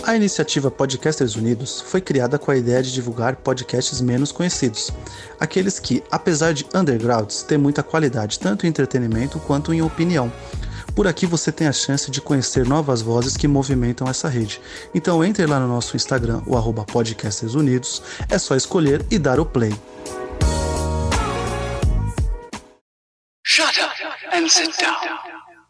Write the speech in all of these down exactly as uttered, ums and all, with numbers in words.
A iniciativa Podcasters Unidos foi criada com a ideia de divulgar podcasts menos conhecidos, aqueles que, apesar de undergrounds, têm muita qualidade tanto em entretenimento quanto em opinião. Por aqui você tem a chance de conhecer novas vozes que movimentam essa rede. Então entre lá no nosso Instagram, o arroba Podcasters Unidos, é só escolher e dar o play. Shut up and sit down.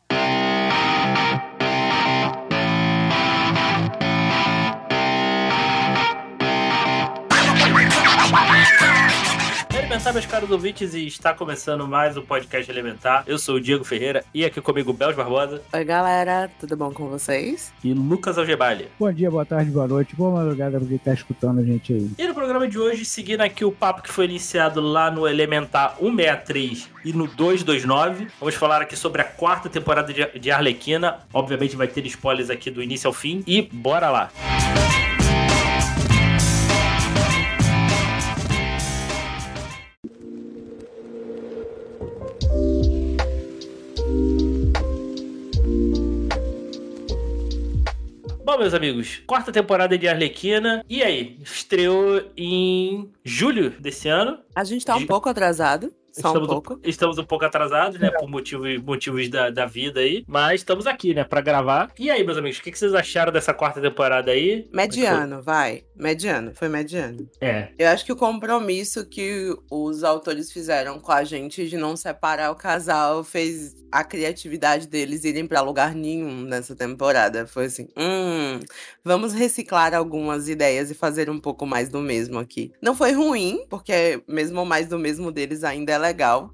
Elementar, meus caros ouvintes, e está começando mais um podcast Elementar. Eu sou o Diego Ferreira e aqui comigo o Belos Barbosa. Oi, galera, tudo bom com vocês? E Lucas Algebali. Bom dia, boa tarde, boa noite, boa madrugada pra quem tá escutando a gente aí. E no programa de hoje, seguindo aqui o papo que foi iniciado lá no Elementar cento e sessenta e três e no duzentos e vinte e nove, vamos falar aqui sobre a quarta temporada de, de Arlequina. Obviamente vai ter spoilers aqui do início ao fim e bora lá! Bom, meus amigos, quarta temporada de Arlequina. E aí? Estreou em julho desse ano. A gente tá um pouco atrasado. Só Estamos um pouco. Um, estamos um pouco atrasados, né? É. Por motivos, motivos da, da vida aí. Mas estamos aqui, né? Pra gravar. E aí, meus amigos, o que, que vocês acharam dessa quarta temporada aí? Mediano, vai. Mediano. Foi mediano. É. Eu acho que o compromisso que os autores fizeram com a gente de não separar o casal fez a criatividade deles irem pra lugar nenhum nessa temporada. Foi assim, hum, vamos reciclar algumas ideias e fazer um pouco mais do mesmo aqui. Não foi ruim, porque mesmo mais do mesmo deles ainda é legal,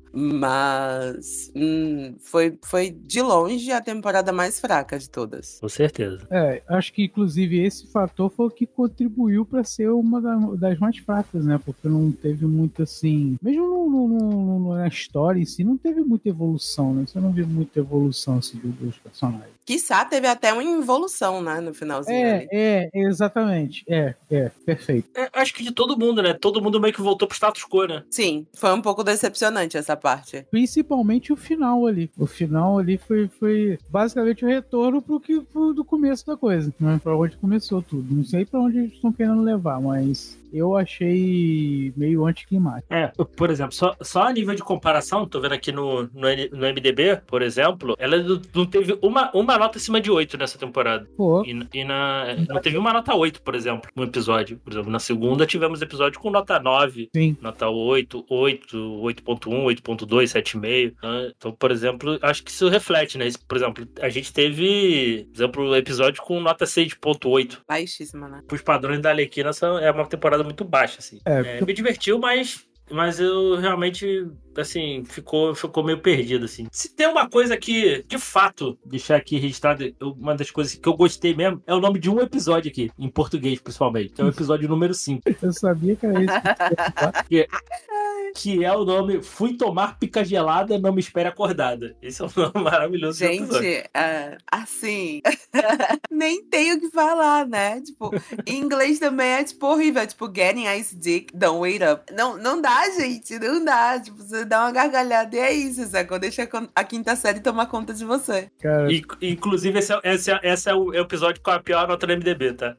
mas hum, foi, foi de longe a temporada mais fraca de todas. Com certeza. É, acho que inclusive esse fator foi o que contribuiu pra ser uma das mais fracas, né? Porque não teve muito assim, mesmo no, no, no, na história em si, não teve muita evolução, né? Você não viu muita evolução assim, dos personagens. Quiçá teve até uma involução, né, no finalzinho é, ali. É, exatamente. É, é, perfeito. É, acho que de todo mundo, né? Todo mundo meio que voltou pro status quo, né? Sim, foi um pouco decepcionante essa parte. Principalmente o final ali. O final ali foi, foi basicamente o retorno pro que pro, do começo da coisa, né? Pra onde começou tudo. Não sei pra onde eles estão querendo levar, mas eu achei meio anticlimático. É, por exemplo, só, só a nível de comparação, tô vendo aqui no, no, no M D B, por exemplo, ela não teve uma, uma nota acima de oito nessa temporada. Pô. E, e na, não teve uma nota oito, por exemplo, no episódio. Por exemplo, na segunda tivemos episódio com nota nove, Sim. Nota oito, oito, oito ponto um, oito ponto dois, sete vírgula cinco. Então, por exemplo, acho que isso reflete, né? Por exemplo, a gente teve, por exemplo, episódio com nota seis ponto oito. Baixíssima, né? Os padrões da Arlequina é uma temporada muito baixa, assim. É, É, porque... me divertiu, mas, mas eu realmente, assim, ficou, ficou meio perdido, assim. Se tem uma coisa que, de fato, deixar aqui registrado, uma das coisas que eu gostei mesmo, é o nome de um episódio aqui, em português, principalmente, que é o episódio número cinco. Eu sabia que era isso. que, que é o nome Fui Tomar Pica Gelada, Não Me Espere Acordada. Esse é um nome maravilhoso. Gente, uh, assim, nem tenho o que falar, né? Tipo, em inglês também é, tipo, horrível. É, tipo, getting ice dick, don't wait up. Não, não dá, gente, não dá. Tipo, você dá uma gargalhada e é isso, sacou? Deixa a quinta série tomar conta de você. Cara... E, inclusive, esse, é, esse, é, esse é o episódio com a pior nota do M D B, tá?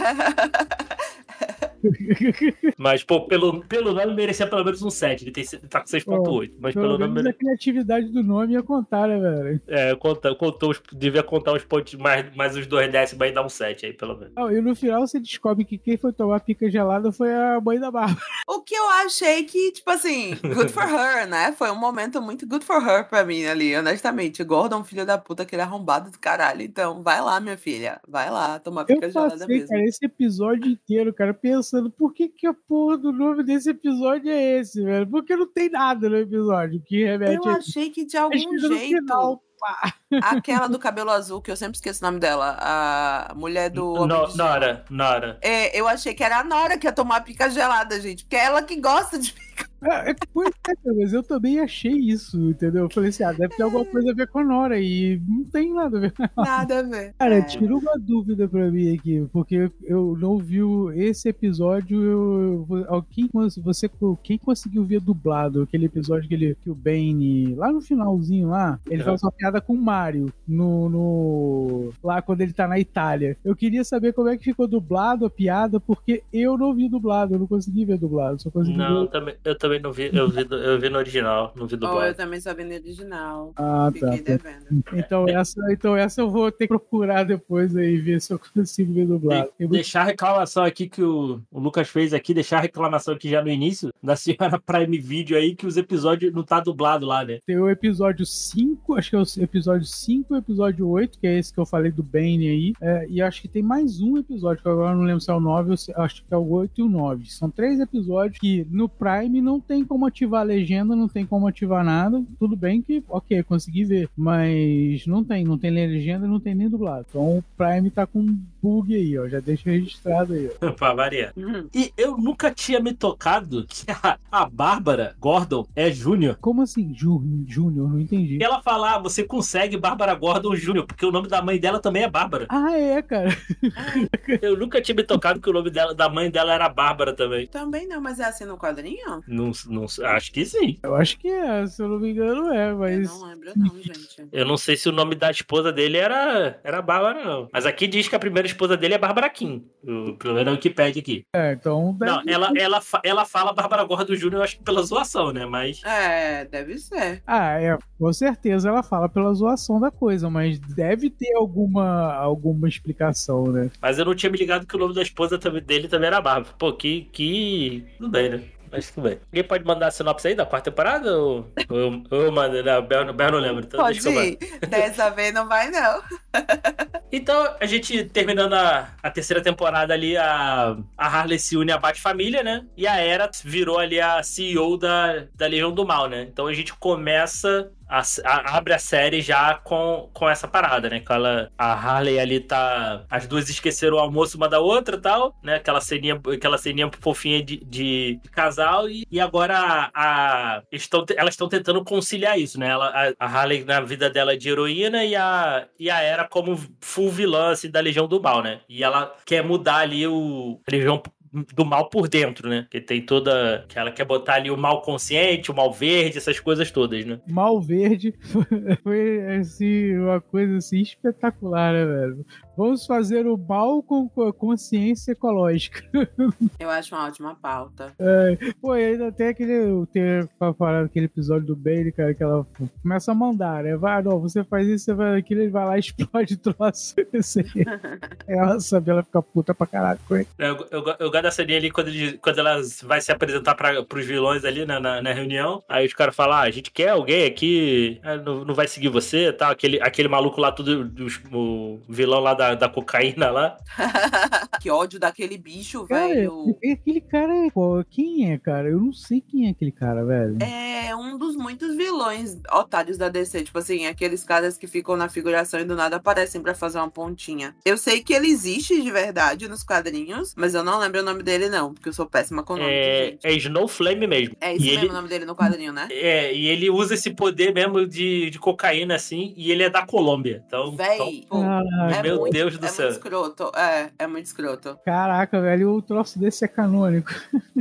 Mas, pô, pelo, pelo nome merecia pelo menos um sete. Ele, tem, ele tá com seis ponto oito. Mas pelo, pelo menos nome. A criatividade do nome ia contar, né, velho? É, conta, contou, devia contar uns pontos mais, mais uns dois décimos aí, dar um sete aí, pelo menos. Oh, e no final você descobre que quem foi tomar pica gelada foi a mãe da Bárbara. O que eu achei que, tipo assim, good for her, né? Foi um momento muito good for her pra mim ali, honestamente. Gordon, filho da puta, aquele arrombado do caralho. Então, vai lá, minha filha. Vai lá tomar pica eu gelada passei, mesmo. Cara, esse episódio inteiro, cara, pensando por que que a porra do nome desse episódio é esse, velho? Porque não tem nada no episódio que remete Eu a... achei que de algum jeito... Final, aquela do cabelo azul, que eu sempre esqueço o nome dela, a mulher do... No, Nora, Nora. É, eu achei que era a Nora que ia tomar pica gelada, gente, porque é ela que gosta de pica. É, é, pois é, cara, mas eu também achei isso, entendeu? Eu falei assim, ah, deve ter alguma coisa a ver com a Nora, e não tem nada a ver com ela. Nada a ver. Cara, É. tira uma dúvida pra mim aqui, porque eu não vi o- esse episódio, eu, eu- quem, você, quem conseguiu ver dublado, aquele episódio que, ele, que o Bane, lá no finalzinho lá, ele Uhum. faz uma piada com o Mario, no, no, lá quando ele tá na Itália. Eu queria saber como é que ficou dublado a piada, porque eu não vi dublado, eu não consegui ver dublado, só consegui Não, eu ver... também, eu também não vi. Eu vi, eu vi no original, não vi Ou dublado. eu também só vi no original. Ah, tá. Fiquei devendo. Então essa, então essa eu vou ter que procurar depois aí, ver se eu consigo ver dublado. De- Eu vou- deixar a reclamação aqui que o, o Lucas fez aqui, deixar a reclamação aqui já no início da senhora Prime Video aí, que os episódios não tá dublado lá, né? Tem o episódio cinco, acho que é o episódio cinco e o episódio oito, que é esse que eu falei do Bane aí. É, e acho que tem mais um episódio, que agora eu não lembro se é o nove, ou se, acho que é o oito e o nove. São três episódios que no Prime não tem como ativar a legenda, não tem como ativar nada. Tudo bem que, ok, consegui ver, mas não tem, não tem legenda, não tem nem dublado. Então o Prime tá com um bug aí, ó. Já deixa registrado aí, ó. Pra variar. Uhum. E eu nunca tinha me tocado que a, a Bárbara Gordon é Júnior. Como assim, Jú- Júnior? Não entendi. E ela fala, ah, você consegue Bárbara Gordon Júnior, porque o nome da mãe dela também é Bárbara. Ah, é, cara. Eu nunca tinha me tocado que o nome dela, da mãe dela era Bárbara também. Também não, mas é assim no quadrinho? Não, não, acho que sim. Eu acho que é, se eu não me engano é, Eu mas... não lembro não, gente. Eu não sei se o nome da esposa dele era, era Bárbara, não. Mas aqui diz que a primeira esposa dele é Bárbara Kim. O, pelo menos é o Wikipedia aqui. É, então... deve- Não, ela, ela, fa- ela fala Bárbara Gordon Júnior, eu acho que pela zoação, né? Mas. É, deve ser. Ah, é, com certeza ela fala pela zoação da coisa, mas deve ter alguma, alguma explicação, né? Mas eu não tinha me ligado que o nome da esposa também- dele também era Bárbara. Pô, que. que... Tudo bem, né? Mas tudo bem. Alguém pode mandar a sinopse aí da quarta temporada? Ou, ou, eu- ou eu mando? Não, o Bel, o Bel não lembra. Então Pode deixa que eu ir. Dessa vez não vai, não. Então, a gente terminando a, a terceira temporada ali, a, a Harley se une à Bat-Família, né? E a Hera virou ali a C E O da, da Legião do Mal, né? Então a gente começa, a, a- abre a série já com, com essa parada, né? Que ela, a Harley ali tá... As duas esqueceram o almoço uma da outra e tal, né? Aquela ceninha, aquela ceninha fofinha de, de, de casal. E, e agora a, a, estão, elas estão tentando conciliar isso, né? Ela, a, a Harley na vida dela de heroína e a, e a Hera como full vilã, assim, da Legião do Mal, né? E ela quer mudar ali o... A Legião do mal por dentro, né? Que tem toda... Que ela quer botar ali o mal consciente, o mal verde, essas coisas todas, né? Mal Verde foi assim, uma coisa assim espetacular, né, velho? Vamos fazer o mal com co- consciência ecológica. Eu acho uma ótima pauta. Pô, e ainda tem aquele, tem parado aquele episódio do Bane, cara, que ela começa a mandar, né? Vai, não, você faz isso, você faz aquilo, ele vai lá e explode troço. Assim. Ela sabe, ela fica puta pra caralho com ele. Eu, eu, eu gosto dessa linha ali quando, ele, quando ela vai se apresentar para os vilões ali na, na, na reunião. Aí os caras falam: ah, a gente quer alguém aqui, ah, não, não vai seguir você, tal. Aquele, aquele maluco lá, tudo, dos, o vilão lá da, da cocaína lá. Que ódio daquele bicho, Cara, velho. e- aquele cara é. Pô, quem é, cara? Eu não sei quem é aquele cara, velho. É um dos muitos vilões otários da D C. Tipo assim, aqueles caras que ficam na figuração e do nada aparecem pra fazer uma pontinha. Eu sei que ele existe de verdade nos quadrinhos, mas eu não lembro o nome dele, não, porque eu sou péssima com o nome de É, gente. é Snowflame mesmo. É isso e mesmo ele, o nome dele no quadrinho, né? É, e ele usa esse poder mesmo de, de cocaína, assim, e ele é da Colômbia. Então, Véi, pô, Caraca, é meu muito, Deus do é céu. muito escroto. É, é muito escroto. Caraca, velho, o troço desse é canônico.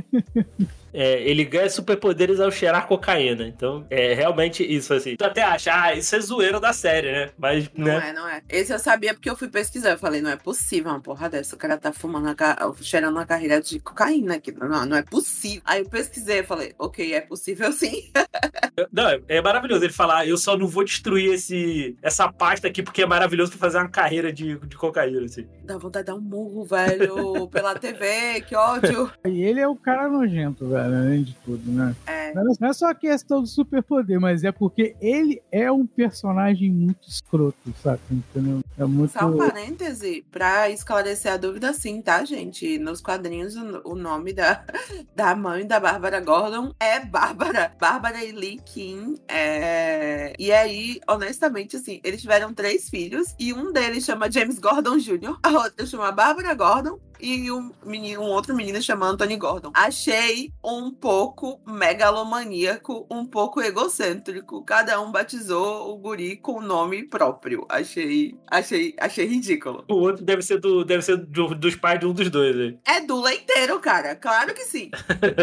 é, ele ganha superpoderes ao cheirar cocaína. Então, é realmente isso, assim. Tu até acha, ah, isso é zoeira da série, né? Mas, Não né? é, não é. Esse eu sabia porque eu fui pesquisar. Eu falei, não é possível uma porra dessa. O cara tá fumando, a ca... cheirando uma carreira de cocaína aqui. Não, não é possível. Aí eu pesquisei, eu falei, ok, é possível sim. Não, é, é maravilhoso ele falar, eu só não vou destruir esse, essa pasta aqui porque é maravilhoso pra fazer uma carreira de, de cocaína, assim. Dá vontade de dar um murro, velho, pela T V, que ódio. E ele é o cara nojento, velho, além de tudo, né? É. Não é só a questão do superpoder, mas é porque ele é um personagem muito escroto, sabe? Entendeu? É muito. Só um parêntese, pra esclarecer a dúvida, sim, tá, gente? Nos quadrinhos, o, o nome da, da mãe da Bárbara Gordon é Bárbara. Bárbara e Lee Kim. É... E aí, honestamente, assim, eles tiveram três filhos e um deles chama James Gordon Júnior, a outra chama Bárbara Gordon e um, menino, um outro menino chamado Anthony Gordon. Achei um pouco megalomaníaco, um pouco egocêntrico. Cada um batizou o guri com nome próprio. Achei, achei, achei ridículo. O outro deve ser, do, deve ser do, dos pais de um dos dois, né? É do leiteiro, cara. Claro que sim.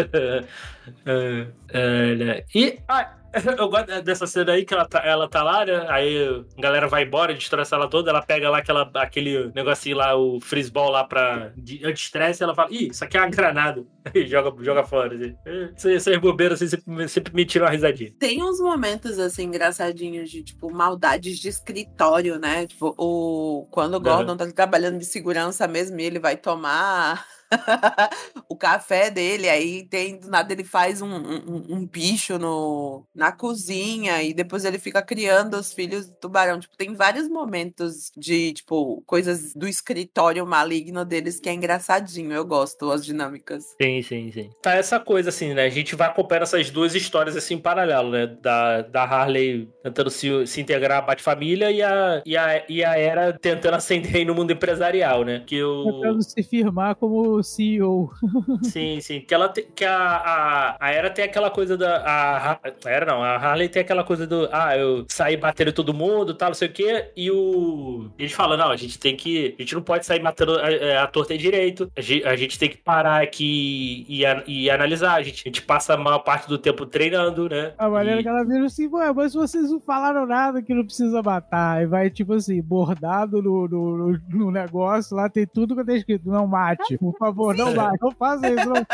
é, é, né? E ah, eu gosto dessa cena aí que ela tá, ela tá lá, né? Aí a galera vai embora, destrói a sala toda, ela pega lá aquela, aquele negocinho lá, o freezeball lá pra anti-estresse, ela fala, ih, isso aqui é uma granada. E joga, joga fora, assim. Essas bobeiras assim, sempre, sempre me tiram uma risadinha. Tem uns momentos, assim, engraçadinhos de, tipo, maldades de escritório, né? Tipo, o... quando o Gordon uhum. tá trabalhando de segurança mesmo e ele vai tomar... o café dele, aí tem, do nada ele faz um, um, um bicho no, na cozinha e depois ele fica criando os filhos do tubarão. Tipo, tem vários momentos de, tipo, coisas do escritório maligno deles que é engraçadinho. Eu gosto, as dinâmicas. Sim, sim, sim. Tá essa coisa assim, né? A gente vai acompanhando essas duas histórias assim em paralelo, né? Da, da Harley tentando se, se integrar à Bat-Família e a, e, a, e a Era tentando ascender aí no mundo empresarial, né? Que o... Tentando se firmar como C E O. Sim, sim. Que, ela te, que a, a, a Era tem aquela coisa da... A, a Era não, a Harley tem aquela coisa do... Ah, eu saí batendo todo mundo, tal, não sei o quê. E o... Eles falam, não, a gente tem que... A gente não pode sair matando a, a torta direito. A gente, a gente tem que parar aqui e, e, e analisar. A gente, a gente passa a maior parte do tempo treinando, né? A maneira e... que ela vira assim, ué, mas vocês não falaram nada que não precisa matar. E vai, tipo assim, bordado no, no, no negócio, lá tem tudo que tem escrito, não mate, por favor, não mate, não faça isso. Não.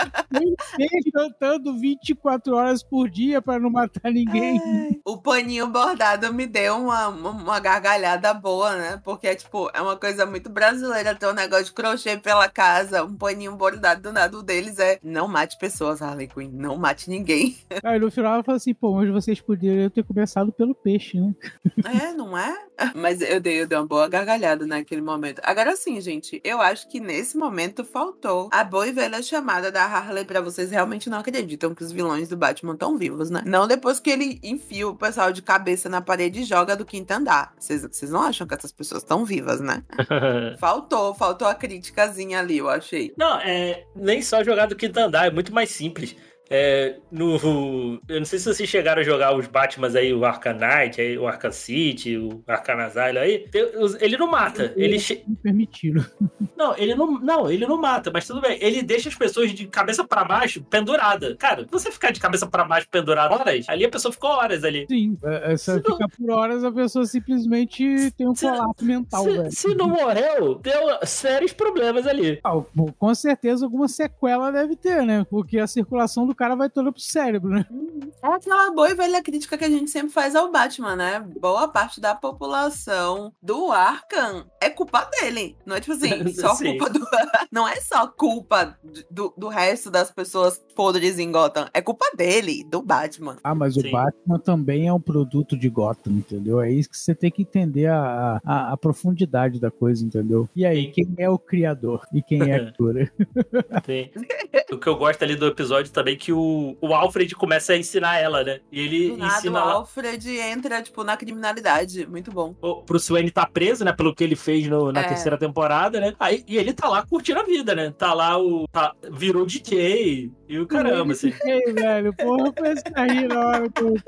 Ele cantando vinte e quatro horas por dia pra não matar ninguém. Ai, o paninho bordado me deu uma, uma, uma gargalhada boa, né? Porque, tipo, é uma coisa muito brasileira ter um negócio de crochê pela casa, um paninho bordado do nada. O deles é, não mate pessoas, Harley Quinn, não mate ninguém. Aí no final ela fala assim, pô, mas vocês poderiam ter começado pelo peixe, né? É, não é? Mas eu dei, eu dei uma boa gargalhada naquele momento. Agora sim, gente, eu acho que nesse momento faltou a boa e velha chamada da Harley pra vocês realmente não acreditam que os vilões do Batman estão vivos, né? Não depois que ele enfia o pessoal de cabeça na parede e joga do quinto andar. Vocês não acham que essas pessoas estão vivas, né? faltou, faltou a criticazinha ali, eu achei. Não, é nem só jogar do quinto andar, é muito mais simples. É, no, eu não sei se vocês chegaram a jogar os Batmans aí, o Arkham Knight, aí, o Arkham City, o Arkham Asylum aí. Ele não mata. Ele che... permitido. Não, ele não, não, ele não mata, mas tudo bem. Ele deixa as pessoas de cabeça pra baixo pendurada. Cara, você ficar de cabeça pra baixo pendurada horas, ali a pessoa ficou horas ali. Sim, essa fica não... por horas, a pessoa simplesmente tem um colapso mental, se, velho. Se não morreu, deu sérios problemas ali. Ah, com certeza alguma sequela deve ter, né? Porque a circulação do cara vai toda pro cérebro, né? É aquela boa e velha crítica que a gente sempre faz ao Batman, né? Boa parte da população do Arkham é culpa dele. Não é tipo assim, só Sim. culpa do... Não é só culpa do, do resto das pessoas podres em Gotham. É culpa dele, do Batman. Ah, mas Sim. o Batman também é um produto de Gotham, entendeu? É isso que você tem que entender a, a, a profundidade da coisa, entendeu? E aí, quem é o criador? E quem é a criatura? Sim. O que eu gosto ali do episódio também é que o, o Alfred começa a ensinar ela, né? E ele do nada, ensina o ela... Alfred entra, tipo, na criminalidade. Muito bom. O Bruce Wayne tá preso, né? Pelo que ele fez no, na é. terceira temporada, né? Aí, e ele tá lá curtindo a vida, né? Tá lá, o tá, virou D J e o caramba, assim. D J, velho. Porra, foi esse aí na hora.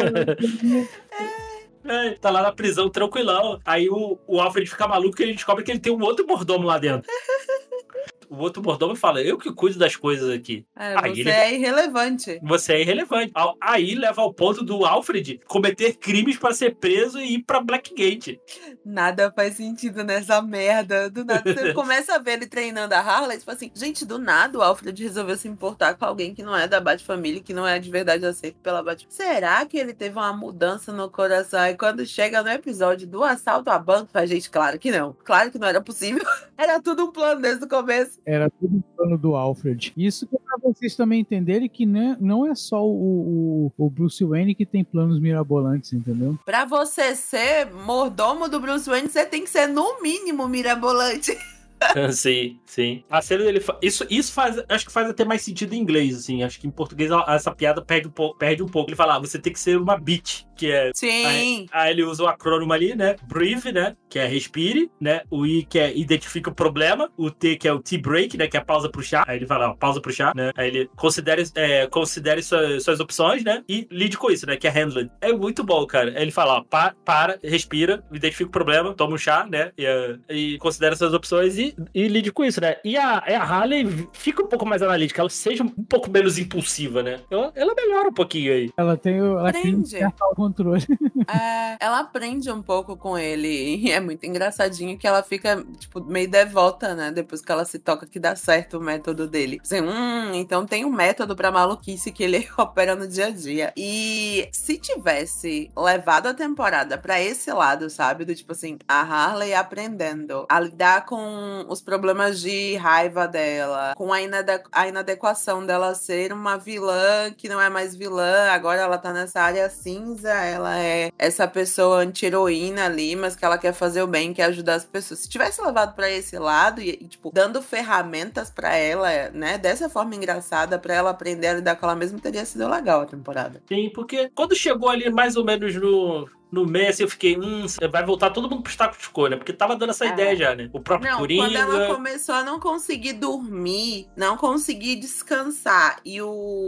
É, tá lá na prisão, tranquilão. Aí o, o Alfred fica maluco e ele descobre que ele tem um outro mordomo lá dentro. O outro mordomo fala, eu que cuido das coisas aqui. É, aí você ele... é irrelevante. Você é irrelevante. Aí leva ao ponto do Alfred cometer crimes pra ser preso e ir pra Blackgate. Nada faz sentido nessa merda. Do nada você começa a ver ele treinando a Harley, tipo assim, gente, do nada o Alfred resolveu se importar com alguém que não é da Bat-Família, que não é de verdade aceito pela Bat. Será que ele teve uma mudança no coração? E quando chega no episódio do assalto a banco, faz gente, claro que não. Claro que não era possível. Era tudo um plano desde o começo. Era tudo um plano do Alfred. Isso que é pra vocês também entenderem que né, não é só o, o, o Bruce Wayne que tem planos mirabolantes, entendeu? Pra você ser mordomo do Bruce Wayne, você tem que ser no mínimo mirabolante. Sim, sim. A cena dele. Isso, isso faz. Acho que faz até mais sentido em inglês, assim. Acho que em português essa piada perde um pouco. Perde um pouco. Ele fala, ah, você tem que ser uma bitch. Que é... Sim. Aí, aí ele usa o acrônimo ali, né? Breathe, né? Que é respire, né? O I, que é identifica o problema. O T, que é o T-break, né? Que é a pausa pro chá. Aí ele fala, ó, pausa pro chá, né? Aí ele considere, é, considere suas, suas opções, né? E lide com isso, né? Que é handle. É muito bom, cara. Aí ele fala, ó, pa, para, respira, identifica o problema, toma um chá, né? E, uh, e considera suas opções e, e lide com isso, né? E a, a Harley fica um pouco mais analítica, ela seja um pouco menos impulsiva, né? Ela, ela melhora um pouquinho aí. Ela tem o, ela tem o controle. É, ela aprende um pouco com ele. E é muito engraçadinho que ela fica, tipo, meio devota, né? Depois que ela se toca que dá certo o método dele. Assim, hum, então tem um método pra maluquice que ele opera no dia a dia. E se tivesse levado a temporada pra esse lado, sabe? Do tipo assim, a Harley aprendendo a lidar com os problemas de raiva dela, com a, inade a inadequação dela ser uma vilã que não é mais vilã, agora ela tá nessa área cinza, ela é essa pessoa anti-heroína ali, mas que ela quer fazer o bem, quer ajudar as pessoas. Se tivesse levado pra esse lado e, e tipo, dando ferramentas pra ela, né, dessa forma engraçada, pra ela aprender a lidar com ela mesma, teria sido legal a temporada. Sim, porque quando chegou ali mais ou menos no... No meio, assim, eu fiquei, hum, vai voltar todo mundo pro status quo, né? Porque tava dando essa é. ideia já, né? O próprio não, Coringa... Quando ela começou a não conseguir dormir, não conseguir descansar, e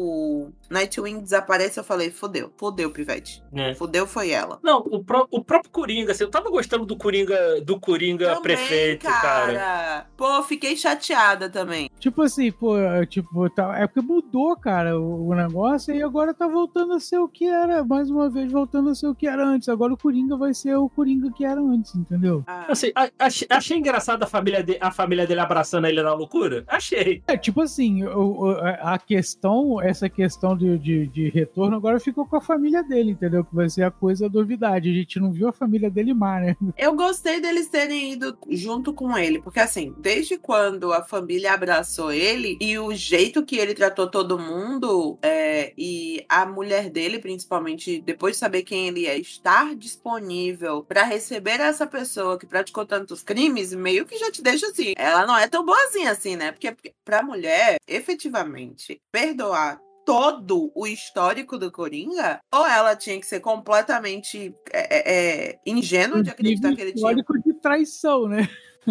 o Nightwing desaparece, eu falei, fodeu, fodeu, pivete. É. Fodeu foi ela. Não, o, pró o próprio Coringa, assim, eu tava gostando do Coringa, do Coringa também, prefeito, cara. cara. Pô, fiquei chateada também. Tipo assim, pô, tipo, tá, é porque mudou, cara, o, o negócio, e agora tá voltando a ser o que era, mais uma vez voltando a ser o que era antes. Agora o Coringa vai ser o Coringa que era antes, entendeu? Ah. Assim, achei, achei engraçado a família, de, a família dele abraçando ele na loucura. Achei. É, tipo assim, o, a questão, essa questão de, de, de retorno agora ficou com a família dele, entendeu? Que vai ser a coisa novidade. A gente não viu a família dele má, né? Eu gostei deles terem ido junto com ele, porque assim, desde quando a família abraçou ele e o jeito que ele tratou todo mundo, é, e a mulher dele, principalmente, depois de saber quem ele é, estar disponível pra receber essa pessoa que praticou tantos crimes, meio que já te deixa assim. Ela não é tão boazinha assim, né? Porque, porque pra mulher, efetivamente, perdoar todo o histórico do Coringa, ou ela tinha que ser completamente é, é, ingênua de acreditar que ele tinha... histórico de traição, né?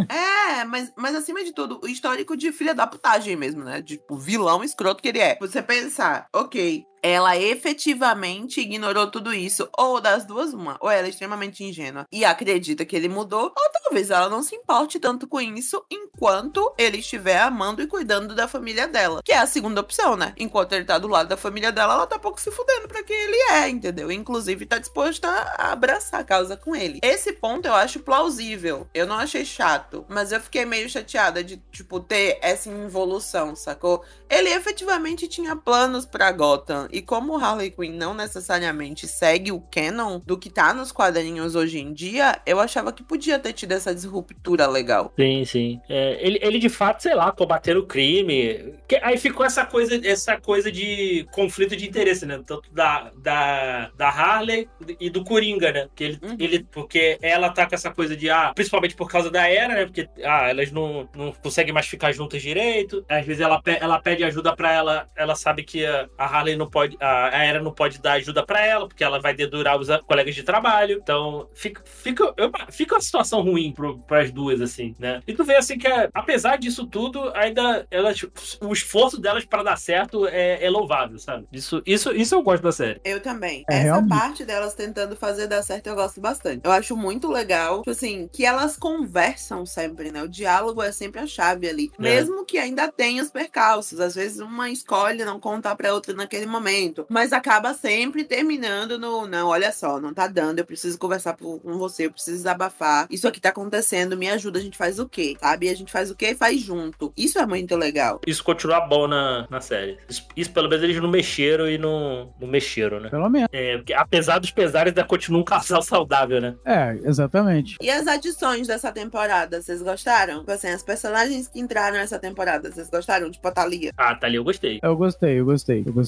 É, mas, mas acima de tudo, o histórico de filha da putagem mesmo, né? De tipo, vilão escroto que ele é. Você pensar, ok, ela efetivamente ignorou tudo isso, ou das duas, uma, ou ela é extremamente ingênua e acredita que ele mudou, ou talvez ela não se importe tanto com isso enquanto ele estiver amando e cuidando da família dela, que é a segunda opção, né? Enquanto ele tá do lado da família dela, ela tá pouco se fudendo pra quem ele é, entendeu? Inclusive tá disposta a abraçar a causa com ele. Esse ponto eu acho plausível, eu não achei chato, mas eu fiquei meio chateada de, tipo, ter essa involução, sacou? Ele efetivamente tinha planos pra Gotham. E como Harley Quinn não necessariamente segue o canon do que tá nos quadrinhos hoje em dia, eu achava que podia ter tido essa disruptura legal. Sim, sim. É, ele, ele de fato, sei lá, combater o crime. Que, aí ficou essa coisa, essa coisa de conflito de interesse, né? Tanto da, da, da Harley e do Coringa, né? Que ele, uhum. ele, porque ela tá com essa coisa de, ah, principalmente por causa da Era, né? Porque, ah, elas não, não conseguem mais ficar juntas direito. Às vezes ela, ela pede ajuda pra ela, ela sabe que a, a Harley não pode, a Era não pode dar ajuda pra ela, porque ela vai dedurar os colegas de trabalho. Então, fica, fica, fica uma situação ruim pro, pras duas, assim, né? E tu vê, assim, que apesar disso tudo, ainda elas, o esforço delas pra dar certo é, é louvável, sabe? Isso, isso, isso eu gosto da série. Eu também. É, Essa realmente. parte delas tentando fazer dar certo eu gosto bastante. Eu acho muito legal, tipo assim, que elas conversam sempre, né? O diálogo é sempre a chave ali. É. Mesmo que ainda tenha os percalços. Às vezes uma escolhe não contar pra outra naquele momento. Mas acaba sempre terminando no, não, olha só, não tá dando, eu preciso conversar com você, eu preciso desabafar. Isso aqui tá acontecendo, me ajuda, a gente faz o quê? Sabe? A gente faz o quê e faz junto. Isso é muito legal. Isso continua bom na, na série. Isso, isso, pelo menos, eles não mexeram e não, não mexeram, né? Pelo menos. É, porque, apesar dos pesares, ainda continua um casal saudável, né? É, exatamente. E as adições dessa temporada, vocês gostaram? Tipo assim, as personagens que entraram nessa temporada, vocês gostaram? Tipo a Thalia. Ah, Thalia, eu gostei. Eu gostei, eu gostei. Eu gostei também.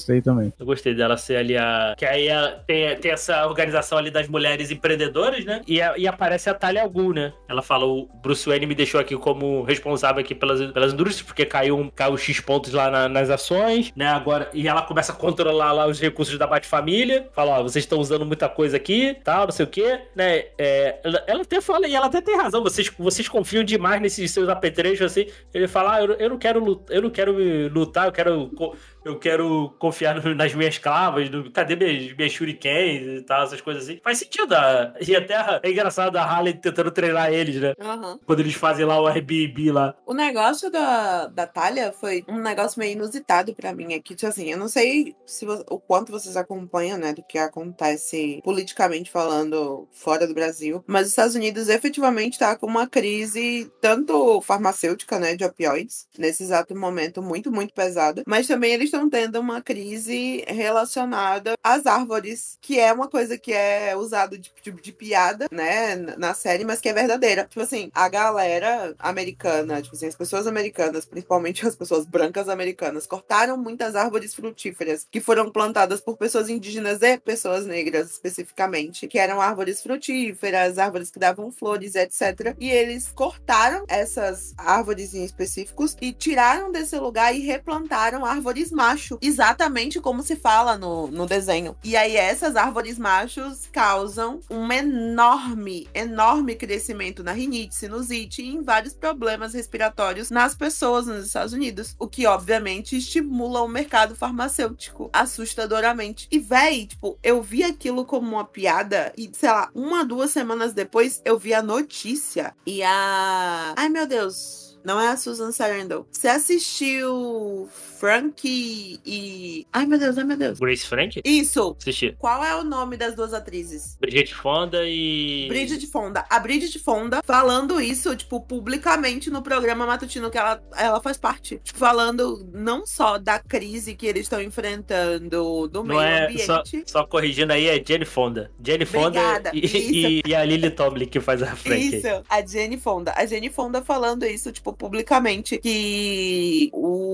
interessante. Eu gostei dela ser ali a... Que aí ela tem, tem essa organização ali das mulheres empreendedoras, né? E, a, e aparece a Talia al Ghul, né? Ela fala, o Bruce Wayne me deixou aqui como responsável aqui pelas, pelas indústrias, porque caiu, um, caiu X pontos lá na, nas ações, né? Agora, e ela começa a controlar lá os recursos da Bat-Família. Fala, ó, vocês estão usando muita coisa aqui, tal, não sei o quê, né? É, ela, ela até fala, e ela até tem razão, vocês, vocês confiam demais nesses seus apetrechos, assim. Ele fala, ah, eu, eu não quero lutar, eu não quero lutar, eu quero... Eu quero confiar no, nas minhas clavas, no, cadê minhas, minhas shurikens e tal, essas coisas assim. Faz sentido. A, e até é engraçado a Harley tentando treinar eles, né? Uhum. Quando eles fazem lá o Airbnb lá. O negócio da, da Talia foi um negócio meio inusitado pra mim aqui. Tipo assim, eu não sei se vo- o quanto vocês acompanham, né, do que acontece politicamente falando fora do Brasil, mas os Estados Unidos efetivamente tá com uma crise tanto farmacêutica, né, de opioides, nesse exato momento muito, muito pesada, mas também eles estão tendo uma crise relacionada às árvores, que é uma coisa que é usada de, de, de piada, né, na série, mas que é verdadeira. Tipo assim, a galera americana, tipo assim, as pessoas americanas, principalmente as pessoas brancas americanas, cortaram muitas árvores frutíferas que foram plantadas por pessoas indígenas e pessoas negras, especificamente, que eram árvores frutíferas, árvores que davam flores, etcétera. E eles cortaram essas árvores em específicos e tiraram desse lugar e replantaram árvores macho, exatamente como se fala no, no desenho. E aí essas árvores machos causam um enorme, enorme crescimento na rinite, sinusite e em vários problemas respiratórios nas pessoas nos Estados Unidos, o que obviamente estimula o mercado farmacêutico assustadoramente. E véi, tipo, eu vi aquilo como uma piada e, sei lá, uma, duas semanas depois eu vi a notícia e a... Ai, meu Deus... Não é a Susan Sarandon. Você assistiu Frank e... Ai, meu Deus, ai, meu Deus. Grace Frank? Isso. Assisti. Qual é o nome das duas atrizes? Bridget Fonda e... Bridget Fonda. A Bridget Fonda falando isso, tipo, publicamente no programa matutino que ela, ela faz parte. Tipo, falando não só da crise que eles estão enfrentando do Não meio é, ambiente. só, só corrigindo aí, é Jane Fonda. Jane Fonda Obrigada, e, e, e a Lily Tomlin que faz a Frank. Isso, a Jane Fonda. A Jane Fonda falando isso, tipo, publicamente, que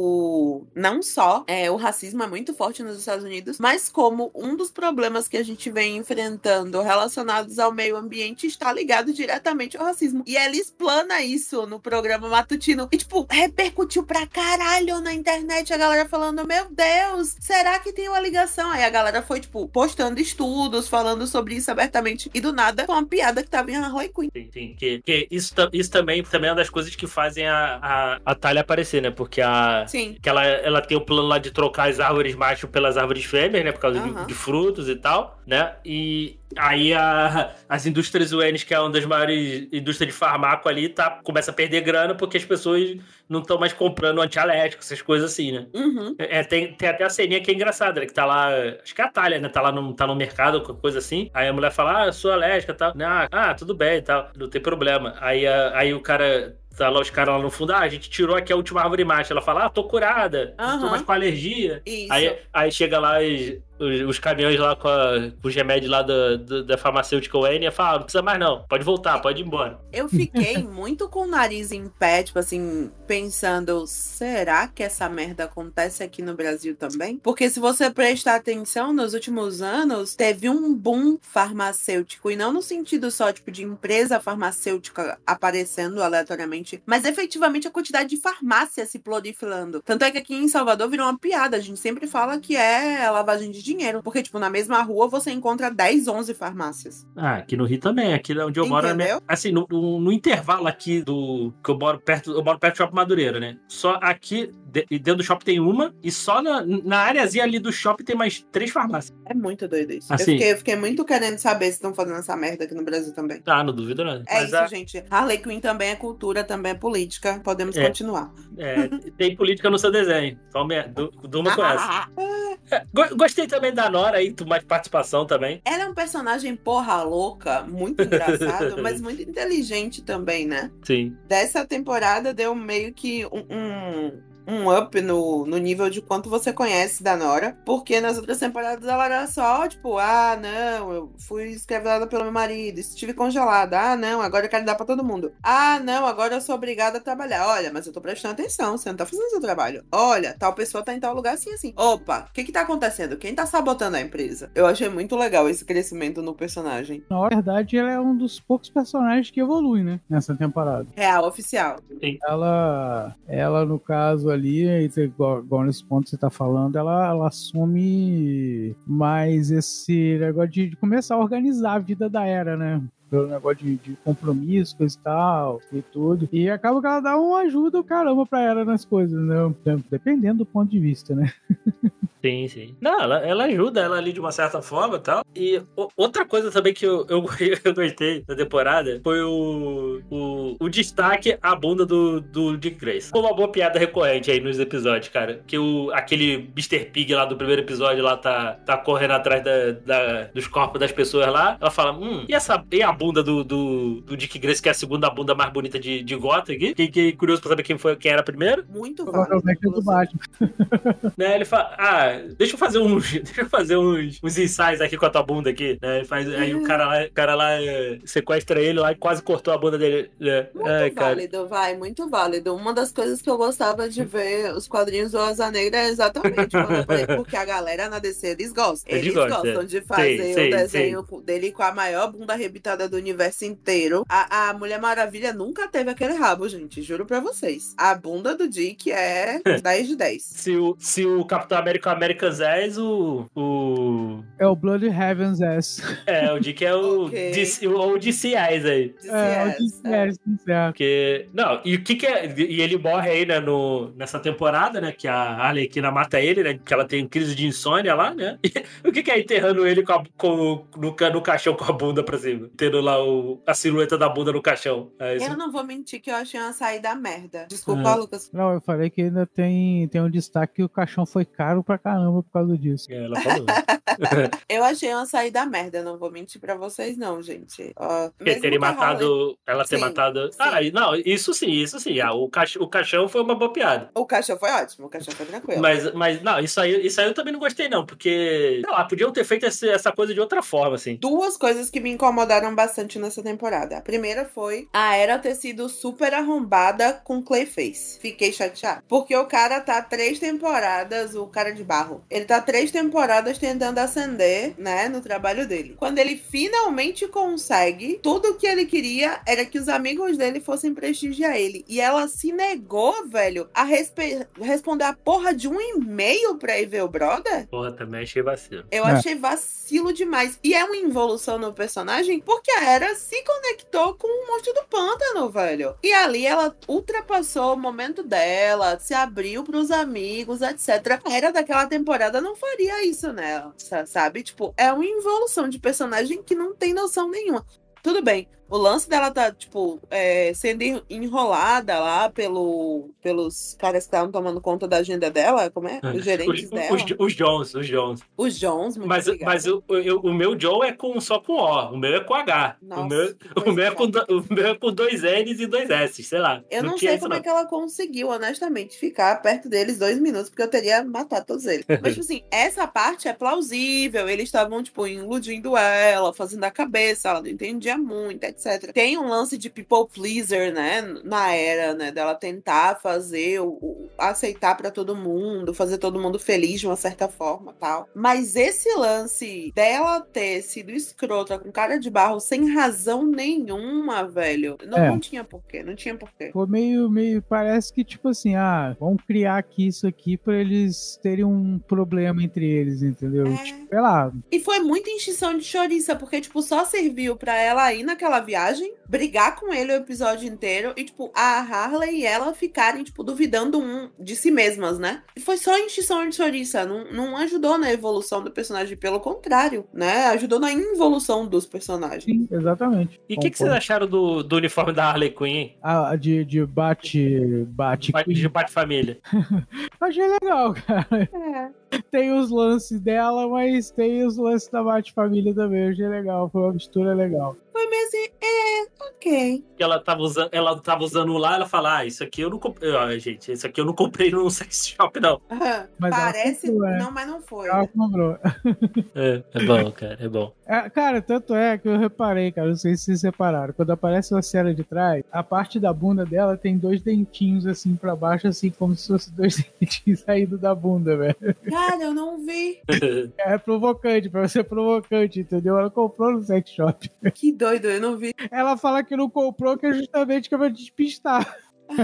o não só é, o racismo é muito forte nos Estados Unidos, mas como um dos problemas que a gente vem enfrentando relacionados ao meio ambiente está ligado diretamente ao racismo. E ela explana isso no programa matutino. E, tipo, repercutiu pra caralho na internet, a galera falando, meu Deus, será que tem uma ligação? Aí a galera foi, tipo, postando estudos, falando sobre isso abertamente. E do nada, foi uma piada que tava em Harley Quinn. Sim, sim. Que, que isso, isso também, também é uma das coisas que fazem a, a, a Talia aparecer, né? Porque a... Sim. Que ela, ela tem o plano lá de trocar as árvores macho pelas árvores fêmeas, né? Por causa Uhum. de, de frutos e tal, né? E aí a, as indústrias U N, que é uma das maiores indústrias de farmaco ali, tá, começa a perder grana porque as pessoas não estão mais comprando antialérgico, essas coisas assim, né? Uhum. É, tem, tem até a ceninha que é engraçada, né? Que tá lá, acho que é a Talia, né? Tá lá no, tá no mercado, coisa assim. Aí a mulher fala, ah, eu sou alérgica e tal. Ah, ah, tudo bem e tal, não tem problema. Aí, a, aí o cara... Tá lá os caras lá no fundo, ah, a gente tirou aqui a última árvore macho. Ela fala, ah, tô curada, não tô Aham. mais com alergia. Isso. Aí, aí chega lá os, os, os caminhões lá com, a, com os remédios lá da, da, da farmacêutica U N e fala, ah, não precisa mais não, pode voltar, pode ir embora. Eu fiquei muito com o nariz em pé, tipo assim, pensando, será que essa merda acontece aqui no Brasil também? Porque se você prestar atenção, nos últimos anos, teve um boom farmacêutico, e não no sentido só, tipo, de empresa farmacêutica aparecendo aleatoriamente, mas efetivamente a quantidade de farmácias se proliferando. Tanto é que aqui em Salvador virou uma piada, a gente sempre fala que é lavagem de dinheiro, porque, tipo, na mesma rua você encontra dez, onze farmácias. Ah, aqui no Rio também, aqui onde eu moro, Entendeu? assim, no, no, no intervalo aqui do, que eu moro perto, eu moro perto do Shopping Madureira, né? Só aqui, de, dentro do shopping tem uma, e só na, na áreazinha ali do shopping tem mais três farmácias. É muito doido isso. Assim- eu, fiquei, eu fiquei muito querendo saber se estão fazendo essa merda aqui no Brasil também. Ah, não duvido nada. É Mas isso, a- gente. Harley Quinn também é cultura, também é política. Podemos É. continuar. é, tem política no seu desenho. Então, me- du- durma com essa. É, go- gostei também da Nora aí, tu mais participação também. Ela é um personagem porra louca, muito engraçado, mas muito inteligente também, né? Sim. Dessa temporada deu meio que um, um, um up no, no nível de quanto você conhece da Nora, porque nas outras temporadas ela era só, tipo, ah, não, eu fui escravizada pelo meu marido, estive congelada, ah, não, agora eu quero dar pra todo mundo, ah, não, agora eu sou obrigada a trabalhar, olha, mas eu tô prestando atenção, você não tá fazendo seu trabalho, olha, tal pessoa tá em tal lugar assim, assim, opa, o que que tá acontecendo? Quem tá sabotando a empresa? Eu achei muito legal esse crescimento no personagem. Na verdade, ela é um dos poucos personagens que evolui, né, nessa temporada. Real, oficial. Sim. Ela, ela no caso ali, igual, igual nesse ponto que você tá falando, ela, ela assume mais esse negócio de, de começar a organizar a vida da Era, né? Pelo negócio de, de compromisso, coisa e tal, e tudo. E acaba que ela dá uma ajuda, caramba, pra Era nas coisas, né? Dependendo do ponto de vista, né? Sim, sim. Não, ela, ela ajuda ela ali de uma certa forma e tal. E o, outra coisa também que eu, eu, eu gostei da temporada foi o, o, o destaque à bunda do, do Dick Grayson. Foi uma boa piada recorrente aí nos episódios, cara. Que o, aquele mister Pig lá do primeiro episódio lá tá, tá correndo atrás da, da, dos corpos das pessoas lá. Ela fala, hum, e, essa, e a bunda do, do, do Dick Grayson, que é a segunda bunda mais bonita de, de Gotham aqui? Que, que curioso pra saber quem, foi, quem era primeiro. Muito válido. Do Batman. Né, ele fala, ah, deixa eu fazer uns, deixa eu fazer uns, uns ensaios aqui com a tua bunda aqui, né? Faz, aí o cara lá, o cara lá é, sequestra ele lá e quase cortou a bunda dele. Né? Muito Ai, válido, cara. vai, muito válido. Uma das coisas que eu gostava de ver os quadrinhos do Asa Negra é exatamente quando eu falei, porque a galera na D C, eles gostam. Eles Eles gostam, gostam é. de fazer Sim, o sim, desenho dele com a maior bunda arrebitada do universo inteiro. A, a Mulher Maravilha nunca teve aquele rabo, gente, juro pra vocês. A bunda do Dick é dez de dez. Se o, se o Capitão América America's Ass, o, o... É o Blood Heaven's Ass. É, o Dick é o Ok. D C, o, o D C Ass aí. É, o Yes, D C S, certo. Porque, não, e o que que é, e ele morre aí, né, no, nessa temporada, né, que a Arlequina mata ele, né, que ela tem crise de insônia lá, né, e o que que é enterrando ele com, a, com no, no caixão com a bunda pra cima, tendo lá o, a silhueta da bunda no caixão. É isso. Eu não vou mentir que eu achei uma saída merda. Desculpa, É. Lucas. Não, eu falei que ainda tem, tem um destaque que o caixão foi caro pra caramba por causa disso. É, ela falou. Eu achei uma saída merda, não vou mentir pra vocês, não, gente. Ó, Porque mesmo terem que a matado, Harley- ela ter Sim, matado... sim. Ah, não, isso sim, isso sim, ah, o, caix, o caixão foi uma boa piada. O caixão foi ótimo, o caixão foi tranquilo. Mas, mas, não, isso aí, isso aí eu também não gostei, não, porque, sei lá, podiam ter feito esse, essa coisa de outra forma, assim. Duas coisas que me incomodaram bastante nessa temporada. A primeira foi a Era ter sido super arrombada com Clayface. Fiquei chateada. Porque o cara tá três temporadas, o cara de barro, ele tá três temporadas tentando ascender, né, no trabalho dele. Quando ele finalmente consegue, tudo o que ele queria era que os amigos dele fossem prestigiar ele. E ela se negou, velho, a respe- responder a porra de um e-mail pra ir ver o brother? Porra, também achei vacilo. Eu É. achei vacilo demais. E é uma involução no personagem porque a Era se conectou com o monstro do pântano, velho. E ali ela ultrapassou o momento dela, se abriu pros amigos, etcétera. A Era daquela temporada não faria isso, né? Sa- Sabe? Tipo, é uma involução de personagem que não tem noção nenhuma. Tudo bem. O lance dela tá, tipo, é, sendo enrolada lá pelo, pelos caras que estavam tomando conta da agenda dela. Como é? Os gerentes Os, dela. os, os Jones, os Jones. Os Jones, muito Mas, obrigada. mas o, eu- o meu Joe é com, só com O, o meu é com H. Nossa, o, meu, que o, coisa meu é com, chata. do- o meu é com dois N's e dois S, sei lá. Eu não, tinha sei isso, como não. é que ela conseguiu, honestamente, ficar perto deles dois minutos, porque eu teria matado todos eles. Mas, tipo assim, essa parte é plausível. Eles estavam, tipo, iludindo ela, fazendo a cabeça, ela não entendia muito, etcétera. Tem um lance de people pleaser, né? Na Era, né? Dela tentar fazer, o, o- aceitar pra todo mundo, fazer todo mundo feliz de uma certa forma, tal. Mas esse lance dela ter sido escrota com cara de barro sem razão nenhuma, velho, não, É. não tinha porquê, não tinha porquê. Ficou meio, meio. Parece que, tipo assim, ah, vamos criar aqui isso aqui pra eles terem um problema entre eles, entendeu? É. Tipo, sei lá. E foi muita encheção de chouriça, porque, tipo, só serviu pra ela ir naquela viagem, brigar com ele o episódio inteiro e, tipo, a Harley e ela ficarem, tipo, duvidando um de si mesmas, né? E foi só encheção de chouriça, não, não ajudou na evolução do personagem, pelo contrário, né? Ajudou na involução dos personagens. Sim, exatamente. E o que, que vocês Concordo. acharam do, do uniforme da Harley Quinn, hein? Ah, de, de bate. Bate. Bate- De Bate-Família. Achei legal, cara. É. Tem os lances dela, mas tem os lances da Bate Família também. Achei legal. Foi uma mistura legal. Foi foi meio assim, é, ok. Que ela tava usando, ela tava usando lá, ela fala, ah, isso aqui eu não comprei. Ah, gente, isso aqui eu não comprei no sex shop, não. Mas Parece, comprou, é. não, mas não foi. Ela comprou. É, é bom, cara, é bom. É, cara, tanto é que eu reparei, cara, não sei se vocês separaram. Quando aparece uma cena de trás, a parte da bunda dela tem dois dentinhos assim pra baixo, assim, como se fossem dois dentinhos saindo da bunda, velho. Cara, eu não vi. É provocante, pra ser provocante, entendeu? Ela comprou no sex shop. Que doido, eu não vi. Ela fala que não comprou, que é justamente que vai despistar.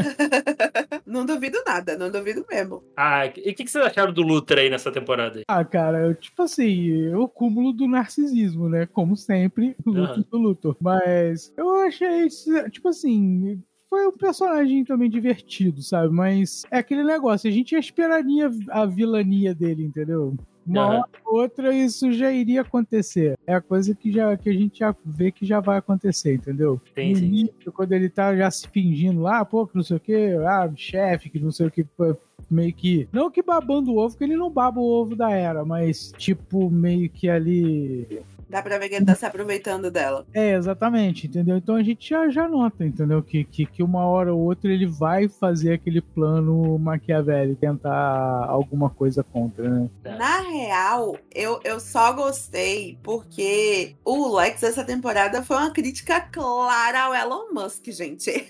Não duvido nada, não duvido mesmo. Ah, e o que, que vocês acharam do Luthor aí nessa temporada aí? Ah, cara, eu, tipo assim, o cúmulo do narcisismo, né? Como sempre, o Luthor Uhum. do Luthor. Mas eu achei, tipo assim, foi um personagem também divertido, sabe? Mas é aquele negócio, a gente esperaria a vilania dele, entendeu? Uma Uhum. hora ou outra isso já iria acontecer. É a coisa que, já, que a gente já vê que já vai acontecer, entendeu? Sim, No sim. início, quando ele tá já se fingindo lá, pô, que não sei o que, ah, chefe, que não sei o que, pô, meio que... Não que babando o ovo, que ele não baba o ovo da Era, mas tipo, meio que ali... Dá pra ver que ele tá se aproveitando dela. É, exatamente, entendeu? Então a gente já, já nota, entendeu? Que, que, que uma hora ou outra ele vai fazer aquele plano maquiavélico, tentar alguma coisa contra, né? É. Na real, eu, eu só gostei porque o Lex essa temporada foi uma crítica clara ao Elon Musk, gente.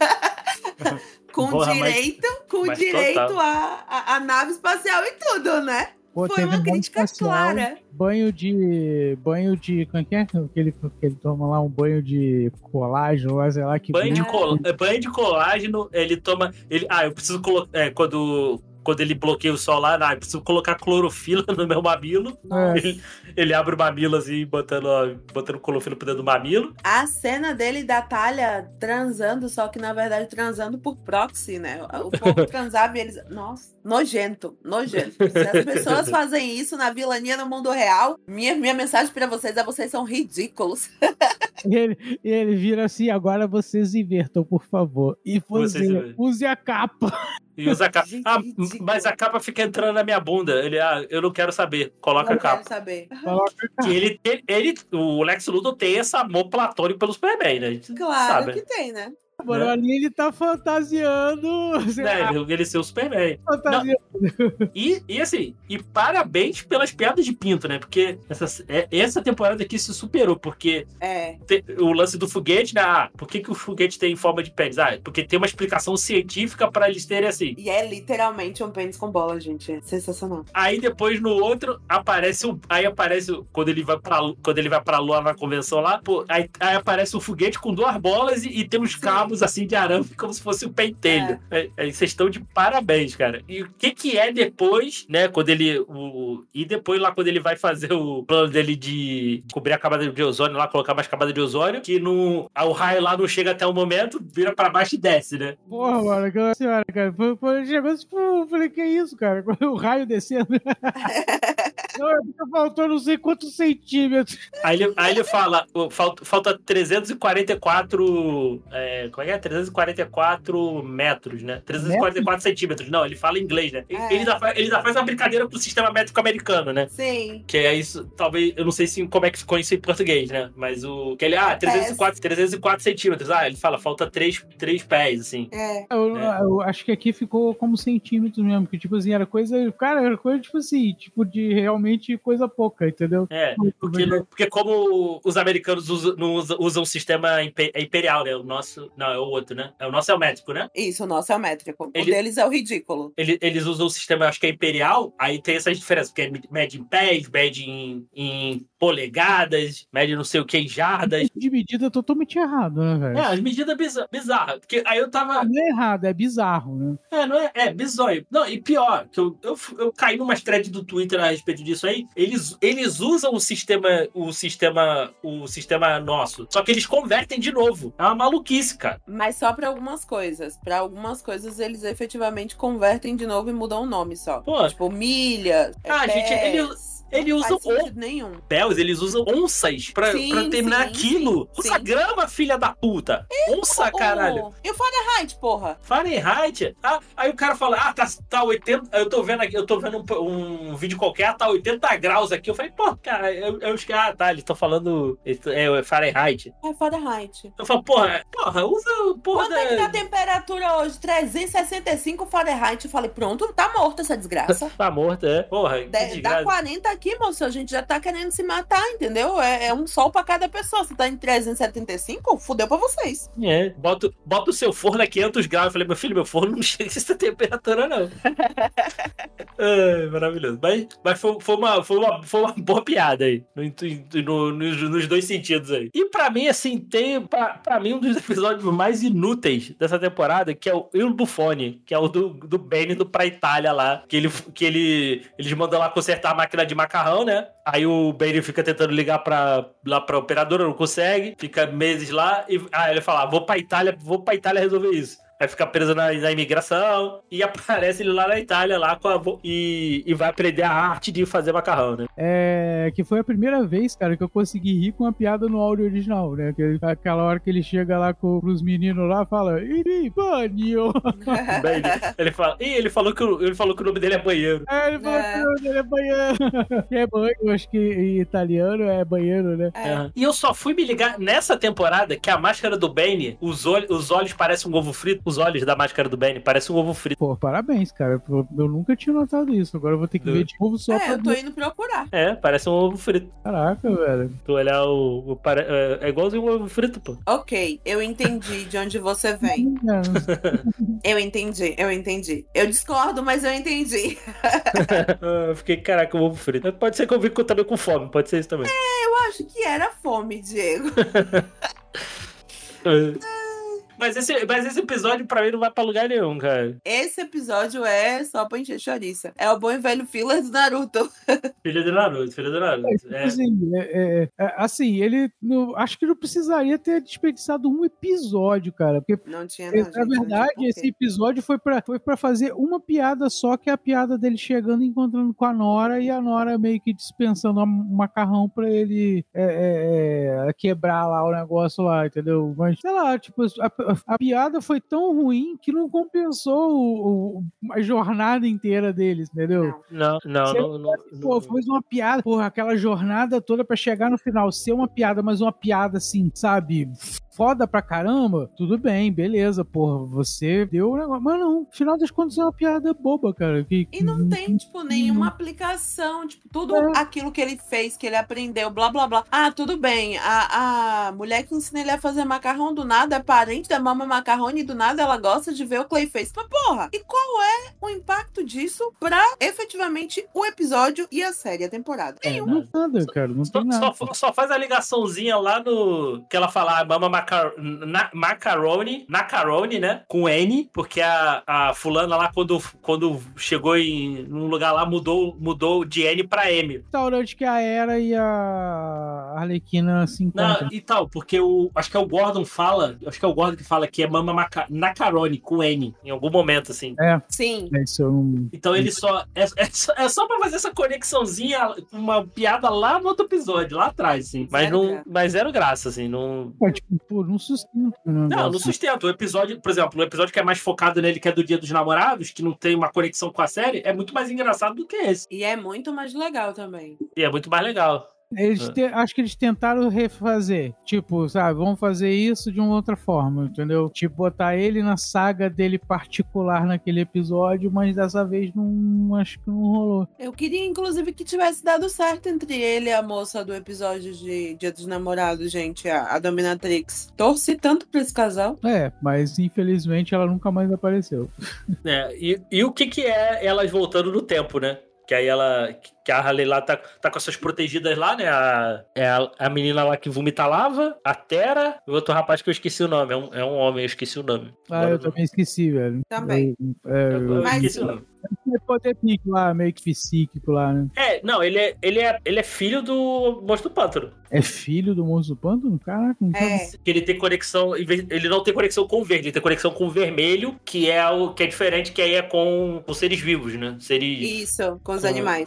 com Porra, mas- direito, com mas direito total. a, a, a nave espacial e tudo, né? Pô, Foi teve uma um banho crítica espacial, clara. Banho de. Banho de. Como é que é? Que ele, que ele toma lá um banho de colágeno, lá, sei lá que. Banho de, É. col... é, banho de colágeno, ele toma. Ele... Ah, eu preciso colocar. É, quando. Quando ele bloqueia o sol lá, ah, eu preciso colocar clorofila no meu mamilo. É. Ele, ele abre o mamilo assim, botando, ó, botando clorofila pra dentro do mamilo. A cena dele e da Talha transando, só que na verdade transando por proxy, né? O povo transava e eles. Nossa, nojento, nojento. Se as pessoas fazem isso na vilania no mundo real, minha, minha mensagem pra vocês é: vocês são ridículos. E ele, e ele vira assim, agora vocês invertam, por favor. E Vocês você, invertam. use a capa. E usa a capa. Gente, Ah, ridículo. mas a capa fica entrando na minha bunda. Ele, ah, eu não quero saber. Coloca Não a capa. quero saber. Coloca a Que ele, ele, ele, o Lex Luthor tem esse amor platônico pelo Superman, né? A gente Claro sabe. que tem, né? capa, mano. Ali ele tá fantasiando. Sei Né, lá, ele, ele ser o Superman. fantasiando. E, e assim, e parabéns pelas piadas de pinto, né? Porque essa, é- essa temporada aqui se superou, porque É. te- o lance do foguete, né? Ah, por que, que o foguete tem forma de pênis? Ah, porque tem uma explicação científica pra eles terem assim. E é literalmente um pênis com bola, gente. É sensacional. Aí depois no outro aparece o. Aí aparece o- quando ele vai pra, quando ele vai pra Lua na convenção lá, pô, aí, aí aparece o foguete com duas bolas e, e tem uns Sim. cabos assim de arame como se fosse um pentelho. Aí aí vocês estão de parabéns, cara. E o que que é depois, né? Quando ele. O, e depois lá quando ele vai fazer o plano dele de cobrir a camada de ozônio lá, colocar mais camada de ozônio, que no, o raio lá não chega até o momento, vira pra baixo e desce, né? Porra, mano, aquela senhora, cara. Foi, foi, chegou tipo, eu falei, que isso, cara? O raio descendo. Não, é porque faltou não sei quantos centímetros. Aí ele, aí ele fala, o- falta, falta trezentos e quarenta e quatro. É, como é que é? trezentos e quarenta e quatro metros, né? trezentos e quarenta e quatro centímetros. Não, ele fala em inglês, né? É. Ele, ainda faz, ele ainda faz uma brincadeira com o sistema métrico americano, né? Sim. Que é isso, talvez, eu não sei se, como é que ficou isso em português, né? Mas o. Que ele, ah, trezentos e quatro, trezentos e quatro centímetros. Ah, ele fala, falta três pés, assim. É. Eu, É. eu acho que aqui ficou como centímetros mesmo, porque, tipo assim, era coisa. Cara, era coisa, tipo assim, tipo de realmente coisa pouca, entendeu? É, porque, no- porque como os americanos usam, não usam, usam o sistema impe- é imperial, né? O nosso. Não, é o outro, né? É, o nosso é o métrico, né? Isso, o nosso é o métrico. Ele- O deles é o ridículo. Ele- eles usam o sistema, acho que é imperial, aí tem essas diferenças, porque mede em pés, mede em, em polegadas, mede não sei o que em jardas. De medida totalmente errado, né, velho? É, as medidas bizar- bizarras. Porque aí eu tava. Não é errado, é bizarro, né? É, não é? É, bizonho. Não, e pior, que eu, eu, eu caí numa thread do Twitter a respeito disso aí. Eles, eles usam o sistema, o sistema, o sistema nosso. Só que eles convertem de novo. É uma maluquice, cara. Mas só pra algumas coisas. Pra algumas coisas eles efetivamente convertem de novo e mudam o nome só. Pô. Tipo, milha. Ah, pés. gente, eles- Ele Não usa faz o sentido nenhum. Bells, eles usam onças pra, Sim, pra terminar sim, aquilo. sim, Usa sim. grama, filha da puta. Onça, caralho. O- E o Fahrenheit, porra? Fahrenheit. Ah, aí o cara fala, ah, tá, tá oitenta. Eu tô vendo aqui, eu tô vendo um, um vídeo qualquer, tá oitenta graus aqui. Eu falei, pô, cara, eu, eu esqueci. Ah, tá, eles estão falando. É Fahrenheit. É Fahrenheit. Eu falo, porra, porra, usa. Porra Quanto é que tá a da. temperatura hoje? trezentos e sessenta e cinco Fahrenheit. Eu falei, pronto, tá morta essa desgraça. Tá morta, é. Porra, que Dá desgraça. quarenta aqui, moço, a gente já tá querendo se matar, entendeu? É, é um sol pra cada pessoa. Você tá em trezentos e setenta e cinco? Fudeu pra vocês. É, bota, bota o seu forno a quinhentos graus. Eu falei, meu filho, meu forno não chega a essa temperatura, não. É, maravilhoso. Mas, mas foi, foi, uma, foi, uma, foi uma boa piada aí. No, no, nos, nos dois sentidos aí. E pra mim, assim, tem pra, pra mim um dos episódios mais inúteis dessa temporada, que é o Il Buffone, que é o do, do Benny do Pra Itália lá. Que, ele, que ele, eles mandam lá consertar a máquina de macarrão, né? Aí o Benny fica tentando ligar pra, lá pra operadora, não consegue. Fica meses lá e ah, ele fala, ah, vou pra Itália, vou pra Itália resolver isso. Aí fica preso na, na imigração e aparece ele lá na Itália lá com a, e, e vai aprender a arte de fazer macarrão, né? É, que foi a primeira vez, cara, que eu consegui rir com a piada no áudio original, né? Que ele- aquela hora que ele chega lá com os meninos lá, fala, ih, banho. Bem, ele fala, Ih, ele falou que o, ele falou que o nome dele é banheiro. Aí ele fala É. que o nome dele é banheiro. Que é banho, eu acho que em italiano é banheiro, né? É. E eu só fui me ligar nessa temporada que a máscara do Benny, os, olhos, os olhos parecem um ovo frito. Os olhos da máscara do Benny parecem um ovo frito. Pô, parabéns, cara. Eu eu nunca tinha notado isso. Agora eu vou ter que É. ver de novo só É, pra eu tô ver. indo procurar. É, parece um ovo frito. Caraca, velho. Tu olhar o. o pare- é, é igualzinho um ovo frito, pô. Ok, eu entendi de onde você vem. Eu entendi, eu entendi. Eu discordo, mas eu entendi. Ah, eu fiquei, caraca, um ovo frito. Pode ser que eu vi com- também com fome, pode ser isso também. Eu acho que era fome, Diego. Mas esse, mas esse episódio pra mim não vai pra lugar nenhum, cara. Esse episódio é só pra encher chouriça. É o bom e velho filler do Naruto. Filho do Naruto, filho do Naruto. É. Assim, é, é, é, assim, ele não- acho que não precisaria ter desperdiçado um episódio, cara. Porque, Não tinha, na não, gente, não tinha verdade, porquê. esse episódio foi pra, foi pra fazer uma piada só, que é a piada dele chegando e encontrando com a Nora, e a Nora meio que dispensando um macarrão pra ele é, é, é, quebrar lá o negócio lá, entendeu? Mas, sei lá, tipo, a, a piada foi tão ruim que não compensou o, o- a jornada inteira deles, entendeu? Não. Não, não, Você- não. não, Pô, não. foi uma piada, porra, aquela jornada toda pra chegar no final, ser uma piada, mas uma piada assim, sabe, foda pra caramba, tudo bem, beleza, porra, você deu o negócio, mas não, no final das contas é uma piada boba, cara. Que, E não tem, tipo, nenhuma aplicação. Tipo, tudo É. aquilo que ele fez, que ele aprendeu, blá, blá, blá. Ah, tudo bem. A, a mulher que ensina ele a fazer macarrão do nada é parente da Mama Macarrone e do nada ela gosta de ver o Clayface. Mas, porra, e qual é o impacto disso pra, efetivamente, o episódio e a série, a temporada? É, Nenhum. Não tem nada, cara, não Só, tem nada. só, só faz a ligaçãozinha lá no. Que ela fala, Mama Macar... na, Macaroni, Macaroni, né? Com N, porque a, a fulana lá, quando, quando chegou em um lugar lá, mudou, mudou de N pra M. Restaurante que a Era e a Arlequina se encontram. Não, e tal, porque o. Acho que é o Gordon fala. Acho que é o Gordon que fala que é Mama Maca, Macaroni com N, em algum momento, assim. É, Sim. é isso eu não... Então ele só. É, é, só, é só pra fazer essa conexãozinha, uma piada lá no outro episódio, lá atrás, assim. Mas Zero não. graça. Mas zero graça, assim. Não. É, tipo, pô, não sustenta. o Não, negócio. não sustenta. O episódio, por exemplo, o episódio que é mais focado nele, que é do Dia dos Namorados, que não tem uma conexão com a série, é muito mais engraçado do que esse. E é muito mais legal também. E é muito mais legal. Eles É. te- acho que eles tentaram refazer. Tipo, sabe, vamos fazer isso de uma outra forma, entendeu? Tipo, botar ele na saga dele particular naquele episódio, mas dessa vez não acho que não rolou. Eu queria, inclusive, que tivesse dado certo entre ele e a moça do episódio de Dia dos Namorados, gente, a, a Dominatrix. Torci tanto pra esse casal. É, mas infelizmente ela nunca mais apareceu. É, e, e o que que é elas voltando no tempo, né? Que aí ela... Que a Harley lá tá, tá com essas protegidas lá, né? A, é a, a menina lá que vomita lava, a Tera, e o outro rapaz que eu esqueci o nome. É um, é um homem, eu esqueci o nome. Ah, Agora eu também esqueci, velho. Também. Eu, é, Eu, eu Mas- esqueci o nome. é poder pique lá, meio que psíquico lá, né? É, não, ele é, ele é, ele é filho do Monstro do Pântano. É filho do Monstro do Pântano? Caraca, não sabe. É. Que ele tem conexão, em vez- ele não tem conexão com o verde, ele tem conexão com o vermelho, que é o que é diferente, que aí é com, com seres vivos, né? Seres Isso, com os Com- animais. com os animais.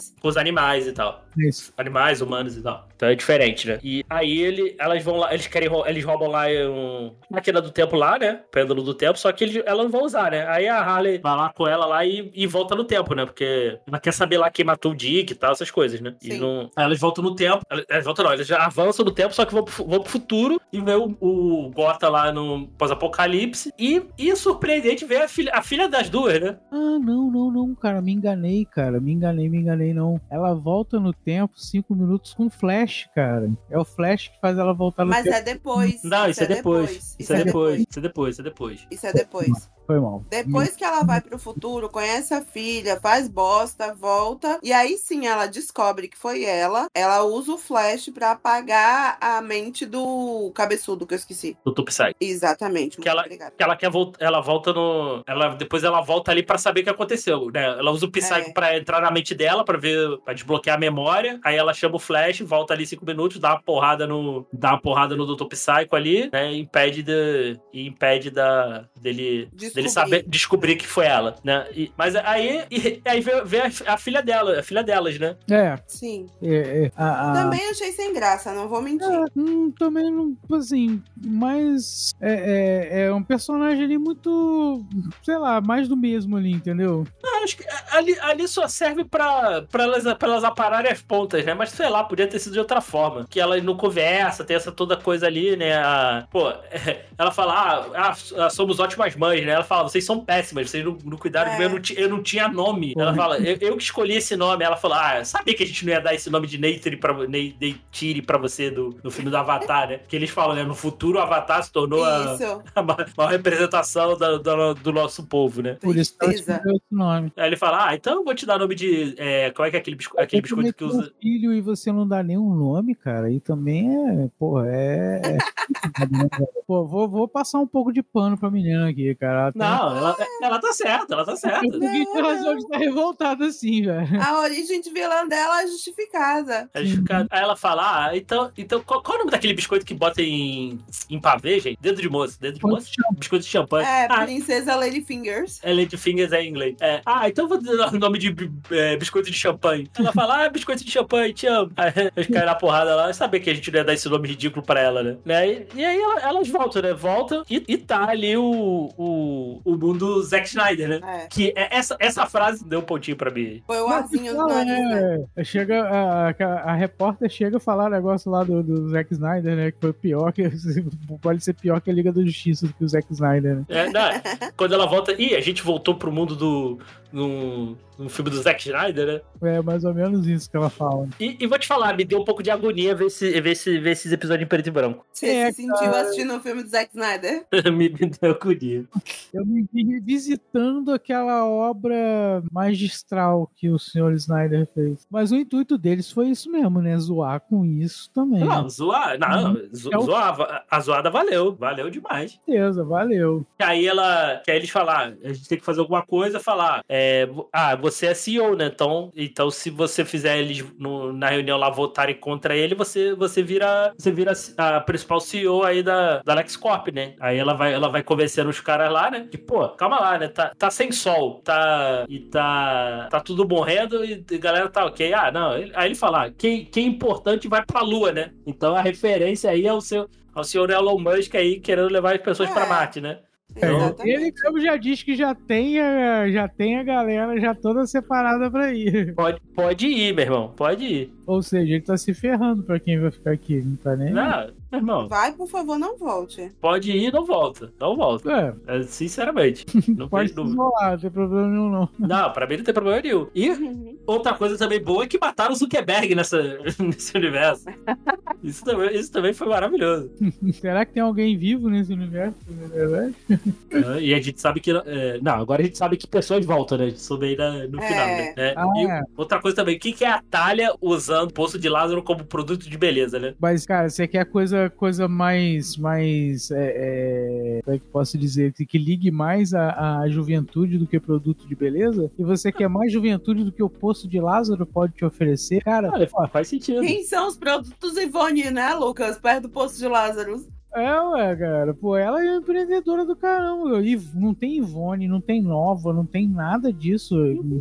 animais e tal. Isso. Animais, humanos e tal. Então é diferente, né? E aí ele, elas vão lá, eles querem, eles roubam lá um máquina do tempo lá, né? Pêndulo do tempo, só que eles, elas não vão usar, né? Aí a Harley vai lá com ela lá e, e volta no tempo, né? Porque ela quer saber lá quem matou o Dick e tal, essas coisas, né? Sim. E não... Aí elas voltam no tempo, elas voltam não, elas já avançam no tempo, só que vão pro, vão pro futuro e vê o, o Gotham lá no pós-apocalipse e, e surpreendente ver a filha, a filha das duas, né? Ah, não, não, não, cara, me enganei, cara, me enganei, me enganei, não. Ela volta no tempo cinco minutos com Flash, cara. É o Flash que faz ela voltar no Mas tempo. é depois. Não, isso, é, depois. Isso, Isso é depois. Isso é depois, isso é depois. Isso é depois. Foi mal. Depois que ela vai pro futuro, conhece a filha, faz bosta, volta. E aí sim ela descobre que foi ela. Ela usa o Flash pra apagar a mente do cabeçudo, que eu esqueci. Do Tupsai. Exatamente. Muito Que ela, obrigada. que ela quer voltar, ela volta no. Ela, depois ela volta ali pra saber o que aconteceu, né? Ela usa o Psycho É. pra entrar na mente dela, pra ver, pra desbloquear a memória. Aí ela chama o Flash, volta ali cinco minutos, dá uma porrada no. Dá uma porrada no doutor Psycho ali, né? E impede de. E impede da. dele. Descobrir. dele saber descobrir que foi ela, né? E, mas aí. E, aí vê, vê a, a filha dela, a filha delas, né? É, Sim. é, é a, a... Também achei sem graça, não vou mentir. É, hum, também não, assim, mas é, é, é um personagem ali muito, sei lá, mais do mesmo ali, entendeu? Não, acho que ali, ali só serve pra, pra, elas, pra elas apararem as pontas, né? Mas sei lá, podia ter sido de outra forma. Que ela não conversa, tem essa toda coisa ali, né? A, pô, ela fala, ah, ah, somos ótimas mães, né? Ela fala, vocês são péssimas, vocês não, não cuidaram É. de mim, eu não, ti- eu não tinha nome. Ela fala, eu, eu que escolhi esse nome. Ela fala, ah, sabia que a gente não ia dar esse nome de Neytiri pra, Ney- Neytiri pra você do, no filme do Avatar, né? Que eles falam, né? No futuro o Avatar se tornou a, Isso. a maior representação da- do, do nosso povo, né? Por isso que ela Tristeza. escolheu esse nome. Aí ele fala, ah, então eu vou te dar nome de... É, qual é que é aquele, bisco, aquele Você biscoito que tem usa... um filho e você não dá nenhum nome, cara, aí também é, porra, é... é... Pô, vou, vou passar um pouco de pano pra menina aqui, cara. Ela tem- Não, ela, ela tá certa, ela tá certa. Eu ninguém tem razão de estar revoltada assim, velho. A origem de vilã dela é justificada. Aí fica- aí ela fala, ah, então, então qual, qual é o nome daquele biscoito que bota em, em pavê, gente? Dedo de moço, dedo de moço? Biscoito de champanhe. É, Ah, Princesa Lady Fingers. é Lady Fingers é em inglês. É, ah, então eu vou dar o nome de bi- é, biscoito de champanhe. Ela fala, ah, biscoito de champanhe, te amo. Aí eles caem na porrada lá, saber que a gente não ia dar esse nome ridículo pra ela, né? né? E, e aí ela- elas voltam, né? Voltam e, e tá ali o, o, o mundo Zack Snyder, né? É. Que é, essa, essa frase deu um pontinho pra mim. Foi o Mas arzinho do fala, nariz, né? é, chega a, a, a repórter chega a falar negócio lá do, do Zack Snyder, né? Que foi pior que. Pode ser pior que a Liga da Justiça do que o Zack Snyder, né? É, não, quando ela volta. Ih, a gente voltou pro mundo do. No, no filme do Zack Snyder, né? É mais ou menos isso que ela fala. E, e vou te falar, me deu um pouco de agonia ver, esse, ver, esse, ver esses episódios em preto e branco. Você É, se sentiu assistindo o filme do Zack Snyder? me, me deu agonia. Eu me vi revisitando aquela obra magistral que o senhor Snyder fez. Mas o intuito deles foi isso mesmo, né? Zoar com isso também. Não, né? zoar. Não, zo, É o- zoava. A zoada valeu, valeu demais. Com certeza, valeu. Que aí ela. Que aí eles falam, ah, a gente tem que fazer alguma coisa, falar. É, vo- ah, você é C E O, né? Então, então se você fizer eles no- na reunião lá votarem contra ele, você, você vira. Você vira a principal C E O aí da, da LexCorp, né? Aí ela vai, ela vai convencendo os caras lá, né? Que, pô, calma lá, né? Tá, tá sem sol, tá. E tá. Tá tudo morrendo e a galera tá ok. Ah, não. Ele- Aí ele fala, ah, quem, quem é importante vai pra lua, né? Então a referência aí é o seu. Ao senhor Elon Musk aí querendo levar as pessoas É. pra Marte, né? Exatamente. Ele mesmo já diz que já tem, a, já tem a galera já toda separada pra ir. Pode, pode ir, meu irmão, pode ir. Ou seja, ele tá se ferrando pra quem vai ficar aqui, não tá nem? Não, meu irmão, Vai, por favor, não volte. pode ir, não volta. Não volta. É, É, sinceramente. Não pode fez se dúvida. isolar, não tem problema nenhum, não. Não, pra mim não tem problema nenhum. E outra coisa também boa é que mataram o Zuckerberg nessa, nesse universo. Isso também, isso também foi maravilhoso. Será que tem alguém vivo nesse universo? É verdade? É, E a gente sabe que. é, não, agora a gente sabe que pessoas voltam, né? A gente soube aí na- no É. final, né? É, Ah, e é. outra coisa também, o que, que é a Thalia usando o Poço de Lázaro como produto de beleza, né? Mas, cara, você quer coisa, coisa mais. mais é, é, como é que eu posso dizer? Que, que ligue mais à, à juventude do que produto de beleza? E você quer mais juventude do que o Poço de Lázaro pode te oferecer? Cara, Olha, ó, faz sentido. Quem são os produtos Ivone, né, Lucas? Perto do Poço de Lázaro. É, ué, cara. Pô, ela é empreendedora do caramba. E não tem Ivone, não tem Nova, não tem nada disso.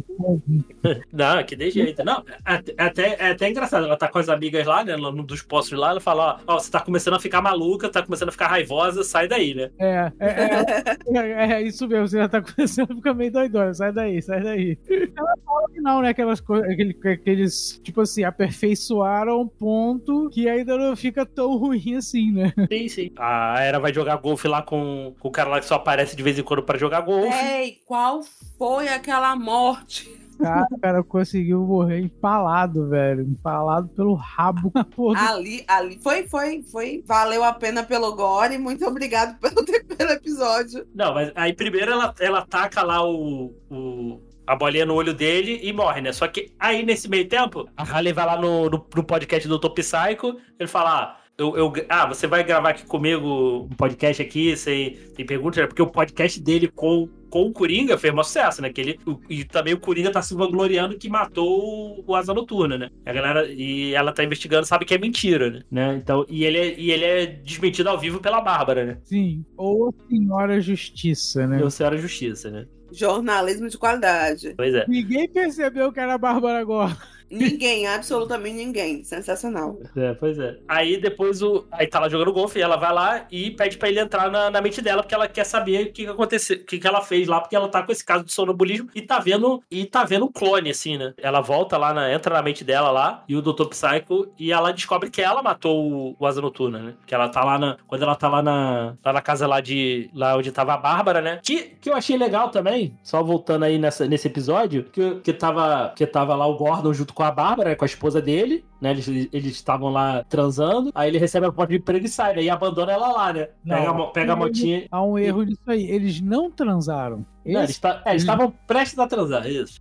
Não, que de jeito. Não, é até, é até engraçado. Ela tá com as amigas lá, né? Num dos postos lá, ela fala, ó, ó, você tá começando a ficar maluca, tá começando a ficar raivosa, sai daí, né? É, é, é, é, é isso mesmo. Você já tá começando a ficar meio doidona. Sai daí, sai daí. Ela fala que não, né? Aquelas coisas, aquele, aqueles, tipo assim, aperfeiçoaram um ponto que ainda não fica tão ruim assim, né? Sim, sim. A Era vai jogar golfe lá com, com o cara lá que só aparece de vez em quando pra jogar golfe. Ei, qual foi aquela morte? Cara, o cara conseguiu morrer empalado, velho. Empalado pelo rabo. Porra. Ali, ali. Foi, foi, foi. Valeu a pena pelo gore. Muito obrigado pelo, pelo episódio. Não, mas aí primeiro ela, ela taca lá o... o... a bolinha no olho dele e morre, né? Só que aí, nesse meio tempo, a Harley vai lá no, no, no podcast do doutor Psycho, ele fala, ah, eu, eu, ah, você vai gravar aqui comigo um podcast aqui, sem, sem perguntas, né? Porque o podcast dele com, com o Coringa fez um sucesso, né? Que ele, o, e também o Coringa tá se vangloriando que matou o, o Asa Noturna, né? A galera, e ela tá investigando, sabe que é mentira, né? Então, e ele é, e ele é desmentido ao vivo pela Bárbara, né? Sim, ou a Senhora Justiça, né? Ou Senhora Justiça, né? Jornalismo de qualidade. Pois é. Ninguém percebeu que era a Bárbara agora. Ninguém, absolutamente ninguém. Sensacional. É, pois é. Aí depois o. Aí tá lá jogando golfe e ela vai lá e pede pra ele entrar na, na mente dela, porque ela quer saber o que, que aconteceu, o que, que ela fez lá, porque ela tá com esse caso de sonambulismo e tá vendo. E tá vendo um clone, assim, né? Ela volta lá, na, entra na mente dela lá, e o doutor Psycho, e ela descobre que ela matou o, o Asa Noturna, né? Que ela tá lá na. Quando ela tá lá na. Lá na casa lá de. Lá onde tava a Bárbara, né? Que, que eu achei legal também, só voltando aí nessa, nesse episódio, que, que, tava, que tava lá o Gordon junto com a Bárbara, com a esposa dele, né? Eles eles estavam lá transando, aí ele recebe a proposta de emprego e sai, né? E abandona ela lá, né? Pega, Não, a, pega a motinha. Há um erro nisso aí. Eles não transaram. Não, eles é, estavam prestes a transar, isso.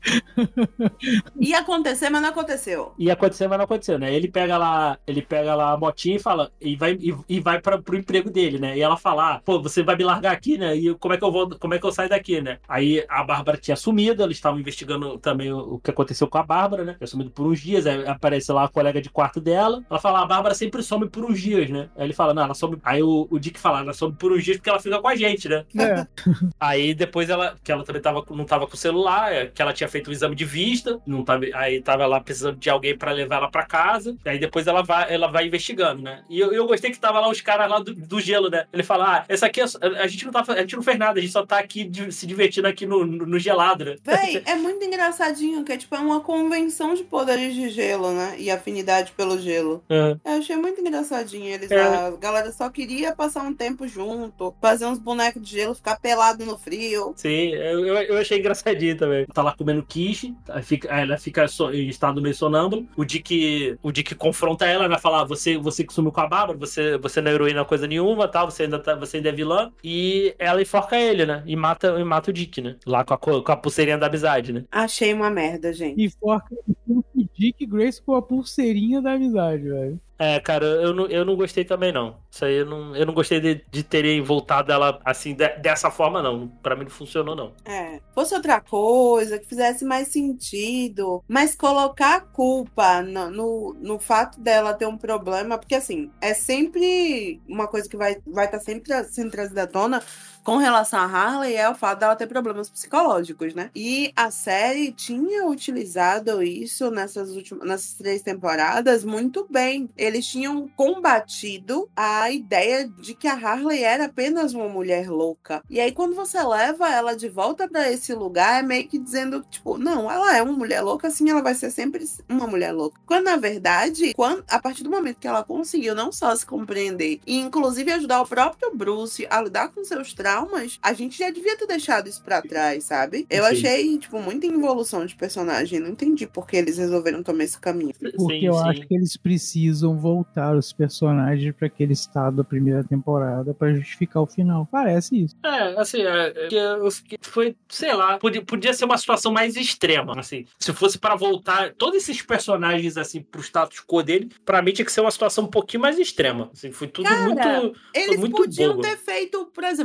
Ia acontecer, mas não aconteceu. Ia acontecer, mas não aconteceu, né? Ele pega lá, ele pega lá a motinha e fala, e vai, e, e vai pra, pro emprego dele, né? E ela fala, ah, pô, você vai me largar aqui, né? E como é que eu vou, como é que eu saio daqui, né? Aí a Bárbara tinha sumido, eles estavam investigando também o, o que aconteceu com a Bárbara, né? Tinha sumido por uns dias, aí aparece lá a colega de quarto dela, ela fala, a Bárbara sempre some por uns dias, né? Aí ele fala, não, ela some, aí o, o Dick fala, ela some por uns dias porque ela fica com a gente, né? É. Aí depois ela, que ela também tava, não tava com o celular, que ela tinha feito um exame de vista, não tava, aí tava lá precisando de alguém pra levar ela pra casa, aí depois ela vai, ela vai investigando, né? E eu, eu gostei que tava lá os caras lá do, do gelo, né? Ele fala, ah, essa aqui, é, a, gente não tá, a gente não fez nada, a gente só tá aqui de, se divertindo aqui no, no, no gelado, né? Véi, é muito engraçadinho, que é tipo é uma convenção de poderes de gelo, né? E afinidade pelo gelo. Uhum. Eu achei muito engraçadinho eles É. lá. A galera só queria passar um tempo junto, fazer uns bonecos de gelo, ficar pelado no frio. Sim, eu, eu, eu achei engraçadinho também. Tá lá comendo quiche, aí fica, aí ela fica so, em estado meio sonâmbulo. O Dick, o Dick confronta ela, né? Fala, ah, você, você que sumiu com a Bárbara, você, você não é heroína coisa nenhuma, tal, você ainda, tá, você ainda é vilã. E ela enforca ele, né? E mata, e mata o Dick, né? Lá com a, com a pulseirinha da amizade, né? Achei uma merda, gente. E forca o Dick Grace com a pulseirinha da amizade, velho. É, cara, eu não, eu não gostei também, não. Isso aí eu não, eu não gostei de, de terem voltado ela assim, de, dessa forma, não. Pra mim não funcionou, não. É, fosse outra coisa, que fizesse mais sentido, mas colocar a culpa no, no, no fato dela ter um problema, porque assim, é sempre uma coisa que vai estar vai tá sempre sendo trazida à tona com relação a Harley, é o fato dela ter problemas psicológicos, né? E a série tinha utilizado isso nessas últimas, nessas três temporadas muito bem. Eles tinham combatido a ideia de que a Harley era apenas uma mulher louca. E aí, quando você leva ela de volta pra esse lugar, é meio que dizendo, tipo, não, ela é uma mulher louca, assim, ela vai ser sempre uma mulher louca. Quando, na verdade, quando, a partir do momento que ela conseguiu não só se compreender, e inclusive ajudar o próprio Bruce a lidar com seus traumas, a gente já devia ter deixado isso pra trás, sabe? Eu Sim. achei, tipo, muita evolução de personagem. Não entendi por que eles resolveram tomar esse caminho. Porque Sim, eu sim. acho que eles precisam voltar os personagens para aquele estado da primeira temporada para justificar o final. Parece isso. É, assim, é, é, eu fiquei- foi, sei lá, podia, podia ser uma situação mais extrema, assim. Se fosse pra voltar todos esses personagens, assim, pro status quo dele, pra mim tinha que ser uma situação um pouquinho mais extrema. Assim, foi tudo Cara, muito... Eles muito podiam bobo. ter feito, por exemplo, já que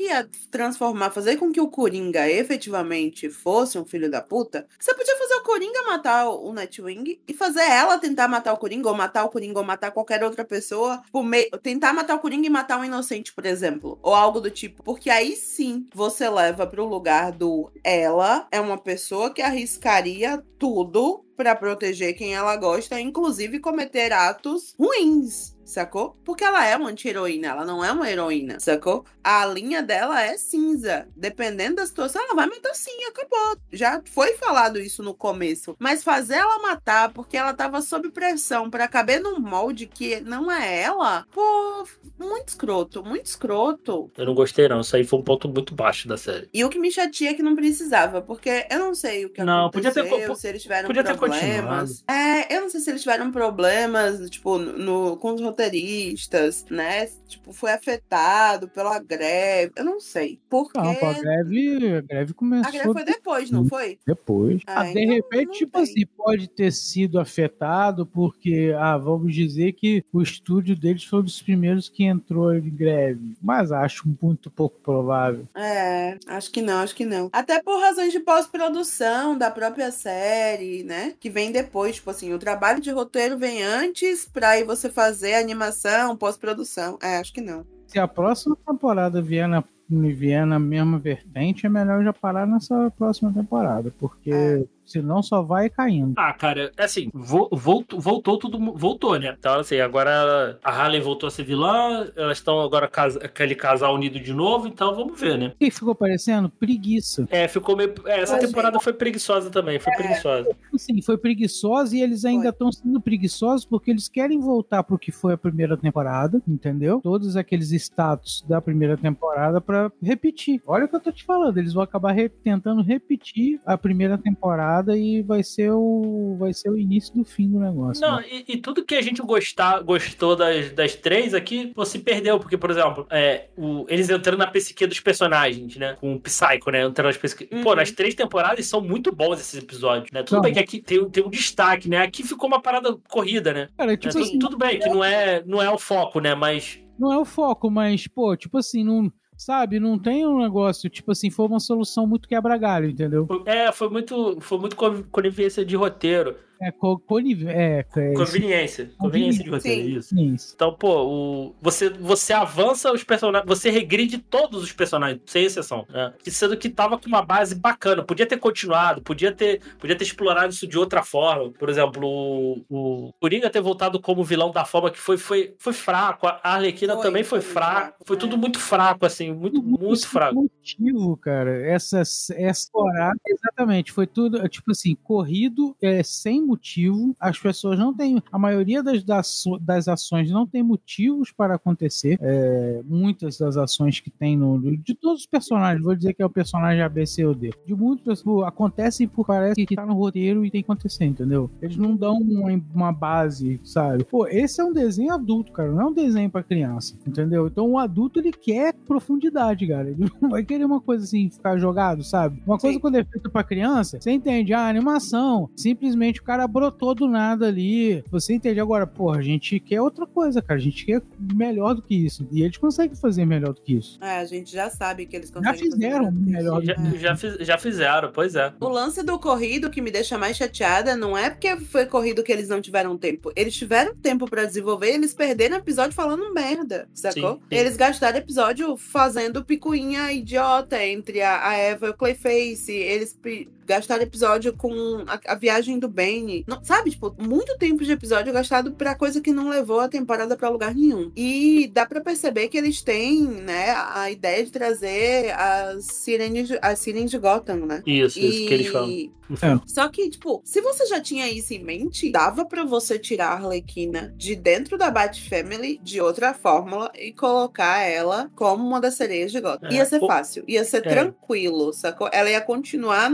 ia transformar, fazer com que o Coringa efetivamente fosse um filho da puta, você podia fazer o Coringa matar o Nightwing e fazer ela tentar matar o Coringa, ou matar o Coringa, ou matar qualquer outra pessoa. Tipo, me... tentar matar o Coringa e matar um inocente, por exemplo. Ou algo do tipo. Porque aí sim, você leva pro lugar do ela é uma pessoa que arriscaria tudo pra proteger quem ela gosta, inclusive cometer atos ruins, sacou? Porque ela é uma anti-heroína, ela não é uma heroína, sacou? A linha dela é cinza. Dependendo da situação, ela vai matar sim, acabou. Já foi falado isso no começo. Mas fazer ela matar porque ela tava sob pressão pra caber num molde que não é ela, pô, muito escroto, muito escroto. Eu não gostei não, isso aí foi um ponto muito baixo da série. E o que me chateia é que não precisava, porque eu não sei o que Não, aconteceu, podia ter, se eles tiveram podia ter problemas. É, eu não sei se eles tiveram problemas, tipo, no, com os roteiristas, né? Tipo, foi afetado pela greve. Eu não sei. Porque. Não, pô, a greve, a greve começou. A greve foi depois, não foi? Depois. Ah, Ah, de então repente, não tipo tem. assim, pode ter sido afetado porque, ah, vamos dizer que o estúdio deles foi um dos primeiros que entrou em greve. Mas acho muito pouco provável. É, acho que não, acho que não. Até por razões de pós-produção da própria série, né? Que vem depois, tipo assim, o trabalho de roteiro vem antes pra aí você fazer a animação, pós-produção. É, acho que não. Se a próxima temporada vier na, vier na mesma vertente, é melhor já parar nessa próxima temporada, porque É. senão só vai caindo. Ah, cara, assim, vo- voltou, voltou tudo, voltou, né? Então, assim, agora a Harley voltou a ser vilã, elas estão agora casa, aquele casal unido de novo, então vamos ver, né? O que ficou parecendo? Preguiça. É, ficou meio. é, essa Achei. temporada foi preguiçosa também, foi preguiçosa. Sim, foi preguiçosa e eles ainda estão sendo preguiçosos porque eles querem voltar pro que foi a primeira temporada, entendeu? Todos aqueles status da primeira temporada pra repetir. Olha o que eu tô te falando, eles vão acabar re- tentando repetir a primeira temporada e vai ser o vai ser o início do fim do negócio. Não, né? e, e tudo que a gente gostar, gostou das, das três aqui, pô, se perdeu, porque, por exemplo, é, o, eles entrando na psique dos personagens, né? Com o Psycho, né? Entrando nas psique... Uhum. Pô, nas três temporadas são muito bons esses episódios, né? Tudo Não. bem que aqui tem, tem um destaque, né? Aqui ficou uma parada corrida, né? Cara, É, tipo tudo, assim, tudo bem que não é, não é o foco, né? Mas. não é o foco, mas, pô, tipo assim, não, sabe, não tem um negócio, tipo assim, foi uma solução muito quebra-galho, entendeu? É, foi muito, foi muito con- conivência de roteiro. É, co, conive- é, é isso. Conveniência. Conveniência de roteiro, Sim. isso. Isso. Então, pô, o, você, você avança os personagens, você regride todos os personagens, sem exceção, né? Que sendo que tava com uma base bacana, podia ter continuado, podia ter, podia ter explorado isso de outra forma. Por exemplo, o, o Coringa ter voltado como vilão da forma que foi, foi, foi fraco. A Arlequina Foi, também foi, foi muito fraca. fraco, Foi é. tudo muito fraco, assim, muito, muito Sem fraco. motivo, cara. Essa, essa temporada, exatamente, foi tudo, tipo assim, corrido, é, sem motivo. As pessoas não têm, a maioria das, das, das ações não tem motivos para acontecer. É, muitas das ações que tem no, de todos os personagens, vou dizer que é o personagem A, B, C ou D. De muitas pessoas, acontecem por parece que tá no roteiro e tem que acontecer, entendeu? Eles não dão uma, uma base, sabe? Pô, esse é um desenho adulto, cara, não é um desenho pra criança, entendeu? Então o adulto, ele quer profundidade, cara. Ele não vai querer uma coisa assim, ficar jogado, sabe? Uma coisa Sim. quando é feita pra criança, você entende, a animação, simplesmente o cara brotou do nada ali, você entende? Agora, porra, a gente quer outra coisa, cara, a gente quer melhor do que isso, e eles conseguem fazer melhor do que isso. É, a gente já sabe que eles Já conseguem fizeram fazer melhor do Já, que já, fiz- já fizeram, pois é. O lance do corrido que me deixa mais chateada não é porque foi corrido que eles não tiveram tempo. Eles tiveram tempo pra desenvolver, eles perderam episódio falando merda, sacou? Sim, sim. Eles gastaram episódio fazendo picuinha idiota entre a, a Eva e o Clayface. Eles pi- gastaram episódio com a, a viagem do Bane. Não, sabe, tipo, muito tempo de episódio gastado pra coisa que não levou a temporada pra lugar nenhum. E dá pra perceber que eles têm, né, a ideia de trazer as sirenes, as sirenes de Gotham, né? Isso, isso que eles falam. É. Só que, tipo, se você já tinha isso em mente, dava pra você tirar a Arlequina de dentro da Bat-Family de outra fórmula e colocar ela como uma das sereias de Gotham. É. Ia ser O- fácil, ia ser É. tranquilo, sacou? Ela ia continuar no lugar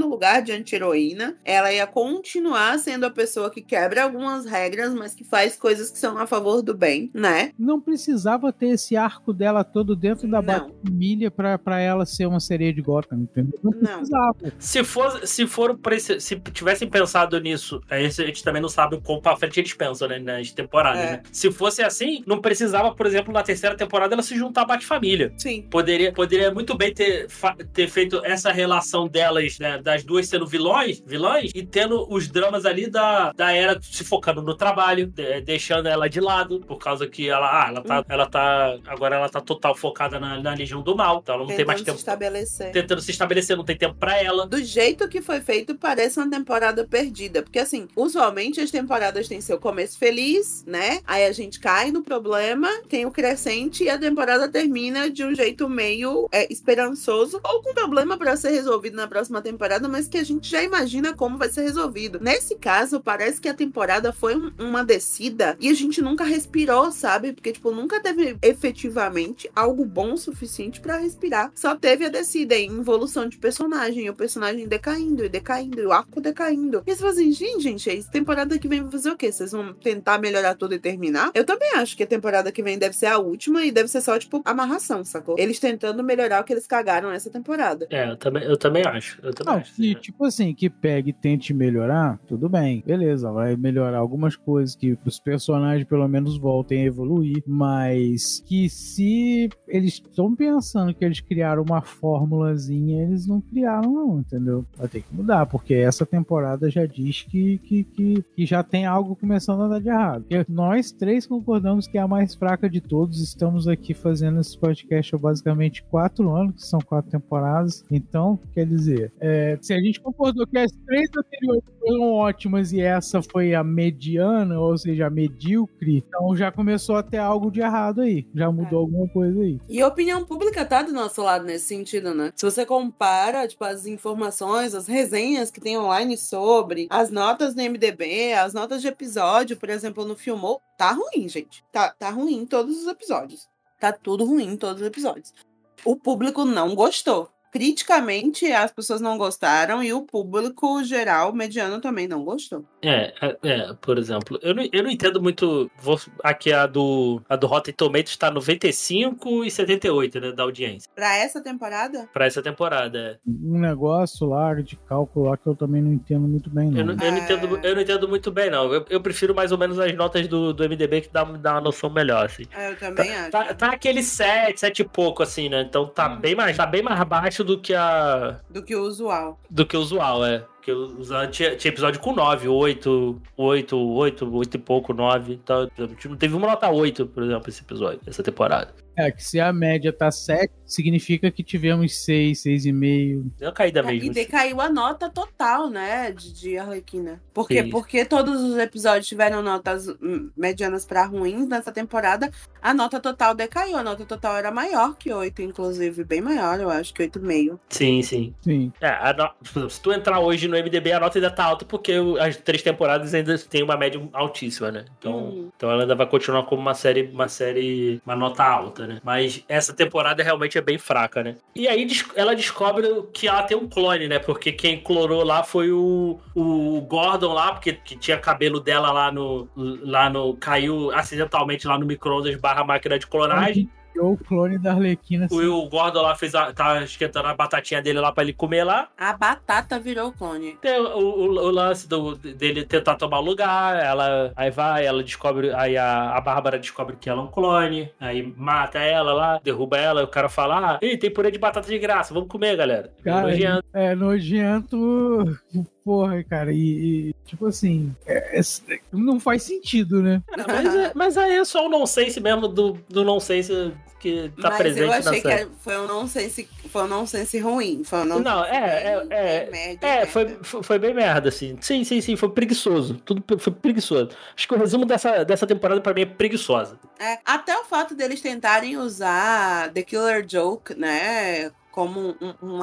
de anti-heroína. Ela ia continuar sendo a pessoa que quebra algumas regras, mas que faz coisas que são a favor do bem, né? Não precisava ter esse arco dela todo dentro da Não. Bat-Família pra, pra ela ser uma sereia de Gotham, entendeu? Não Não. precisava. Se for, se for pra esse- se tivessem pensado nisso, aí a gente também não sabe como pra frente eles pensam, né, nas temporadas, É. né? Se fosse assim, não precisava, por exemplo, na terceira temporada ela se juntar à Bat-Família. Sim. Poderia, poderia muito bem ter, fa- ter feito essa relação delas, né, das duas sendo vilões, vilões, e tendo os dramas ali da, da Era se focando no trabalho, de- deixando ela de lado, por causa que ela, ah, ela tá, Hum. ela tá, agora ela tá total focada na, na Legião do Mal, então ela não tem mais Tentando se tempo, estabelecer. tentando se estabelecer, não tem tempo pra ela. Do jeito que foi feito, parece uma temporada perdida. Porque, assim, usualmente as temporadas têm seu começo feliz, né? Aí a gente cai no problema, tem o crescente e a temporada termina de um jeito meio é, esperançoso ou com problema pra ser resolvido na próxima temporada, mas que a gente já imagina como vai ser resolvido. Nesse caso, parece que a temporada foi um- uma descida e a gente nunca respirou, sabe? Porque, tipo, nunca teve efetivamente algo bom o suficiente pra respirar. Só teve a descida em evolução de personagem, e o personagem decaindo e decaindo, e o arco decaindo. E você fala assim, gente, gente, essa temporada que vem vai fazer o quê? Vocês vão tentar melhorar tudo e terminar? Eu também acho que a temporada que vem deve ser a última e deve ser só, tipo, amarração, sacou? Eles tentando melhorar o que eles cagaram nessa temporada. É, eu também, eu também acho. Eu também Não, acho. que, tipo assim, que pegue e tente melhorar, tudo bem. Beleza, vai melhorar algumas coisas, que os personagens pelo menos voltem a evoluir, mas que se eles estão pensando que eles criaram uma formulazinha, eles não criaram não, entendeu? Vai ter que mudar, porque essa temporada já diz que, que, que, que já tem algo começando a dar de errado. Porque nós três concordamos que é a mais fraca de todos, estamos aqui fazendo esse podcast há basicamente quatro anos, que são quatro temporadas, então, quer dizer, é, se a gente concordou que as três anteriores foram ótimas e essa foi a mediana, ou seja, a medíocre, então já começou a ter algo de errado aí, já mudou É. alguma coisa aí. E a opinião pública tá do nosso lado nesse sentido, né? Se você compara, tipo, as informações, as resenhas que tem online sobre, as notas do M D B, as notas de episódio, por exemplo, no Filmou, tá ruim, gente. Tá, tá ruim em todos os episódios. Tá tudo ruim em todos os episódios. O público não gostou. Criticamente, as pessoas não gostaram e o público geral, mediano, também não gostou. É, é, é, por exemplo, eu não, eu não entendo muito. Vou, aqui a do, a do Rotten Tomatoes tá noventa e cinco e setenta e oito, né, da audiência. Pra essa temporada, Pra essa temporada. Um negócio lá de cálculo lá que eu também não entendo muito bem, não. Eu não, eu não, É. entendo, eu não entendo muito bem, não. Eu, eu prefiro mais ou menos as notas do, do M D B que dá, dá uma noção melhor, assim. eu também acho. Tá, tá aquele sete, sete e pouco, assim, né? Então tá, Uhum. bem mais, tá bem mais baixo do que a. Do que o usual. Do que o usual, é. Porque os- tinha, tinha episódio com nove, oito, oito, oito, oito e pouco, nove. Então, não teve uma nota oito, por exemplo, esse episódio, essa temporada. É, que se a média tá sete, significa que tivemos seis, seis e meio. Deu uma caída É, mesmo. e decaiu a nota total, né, de, de Arlequina. Por quê? Sim. Porque todos os episódios tiveram notas hum, medianas pra ruins nessa temporada. A nota total decaiu. A nota total era maior que oito, inclusive. Bem maior, eu acho, que oito vírgula cinco. Sim, sim. Sim. É, a no- se tu entrar hoje no M D B, a nota ainda tá alta porque o- as três temporadas ainda tem uma média altíssima, né? Então, Uhum. então ela ainda vai continuar como uma série, uma série, uma nota alta, né? Mas essa temporada realmente é bem fraca, né? E aí des- ela descobre que ela tem um clone, né? Porque quem clorou lá foi o, o Gordon lá, porque que tinha cabelo dela lá no, lá no... Caiu acidentalmente lá no micro-ondas barra máquina de clonagem. Ou o clone da Arlequina. O Will Gordon lá fez a, tá esquentando a batatinha dele lá pra ele comer lá. A batata virou clone. Tem o, o- o lance do, dele tentar tomar o lugar, ela aí vai, ela descobre, aí a, a Bárbara descobre que ela é um clone, aí mata ela lá, derruba ela, e o cara fala, ah, ih, tem purê de batata de graça, vamos comer, galera. Cara, Nojento. é nojento. Porra, cara, e, e, tipo assim, é- é- não faz sentido, né? mas, é- mas aí é só o nonsense mesmo do, do nonsense que tá Mas presente eu na achei que série. era- foi um nonsense, foi um nonsense ruim. Foi um nonsense Não, é, bem- é, é, bem médio, é, merda. foi, foi foi bem merda, assim. Sim, sim, sim, foi preguiçoso. Tudo pe- foi preguiçoso. Acho que o resumo dessa, dessa temporada pra mim é preguiçosa. É, até o fato deles tentarem usar The Killer Joke, né, como um- uma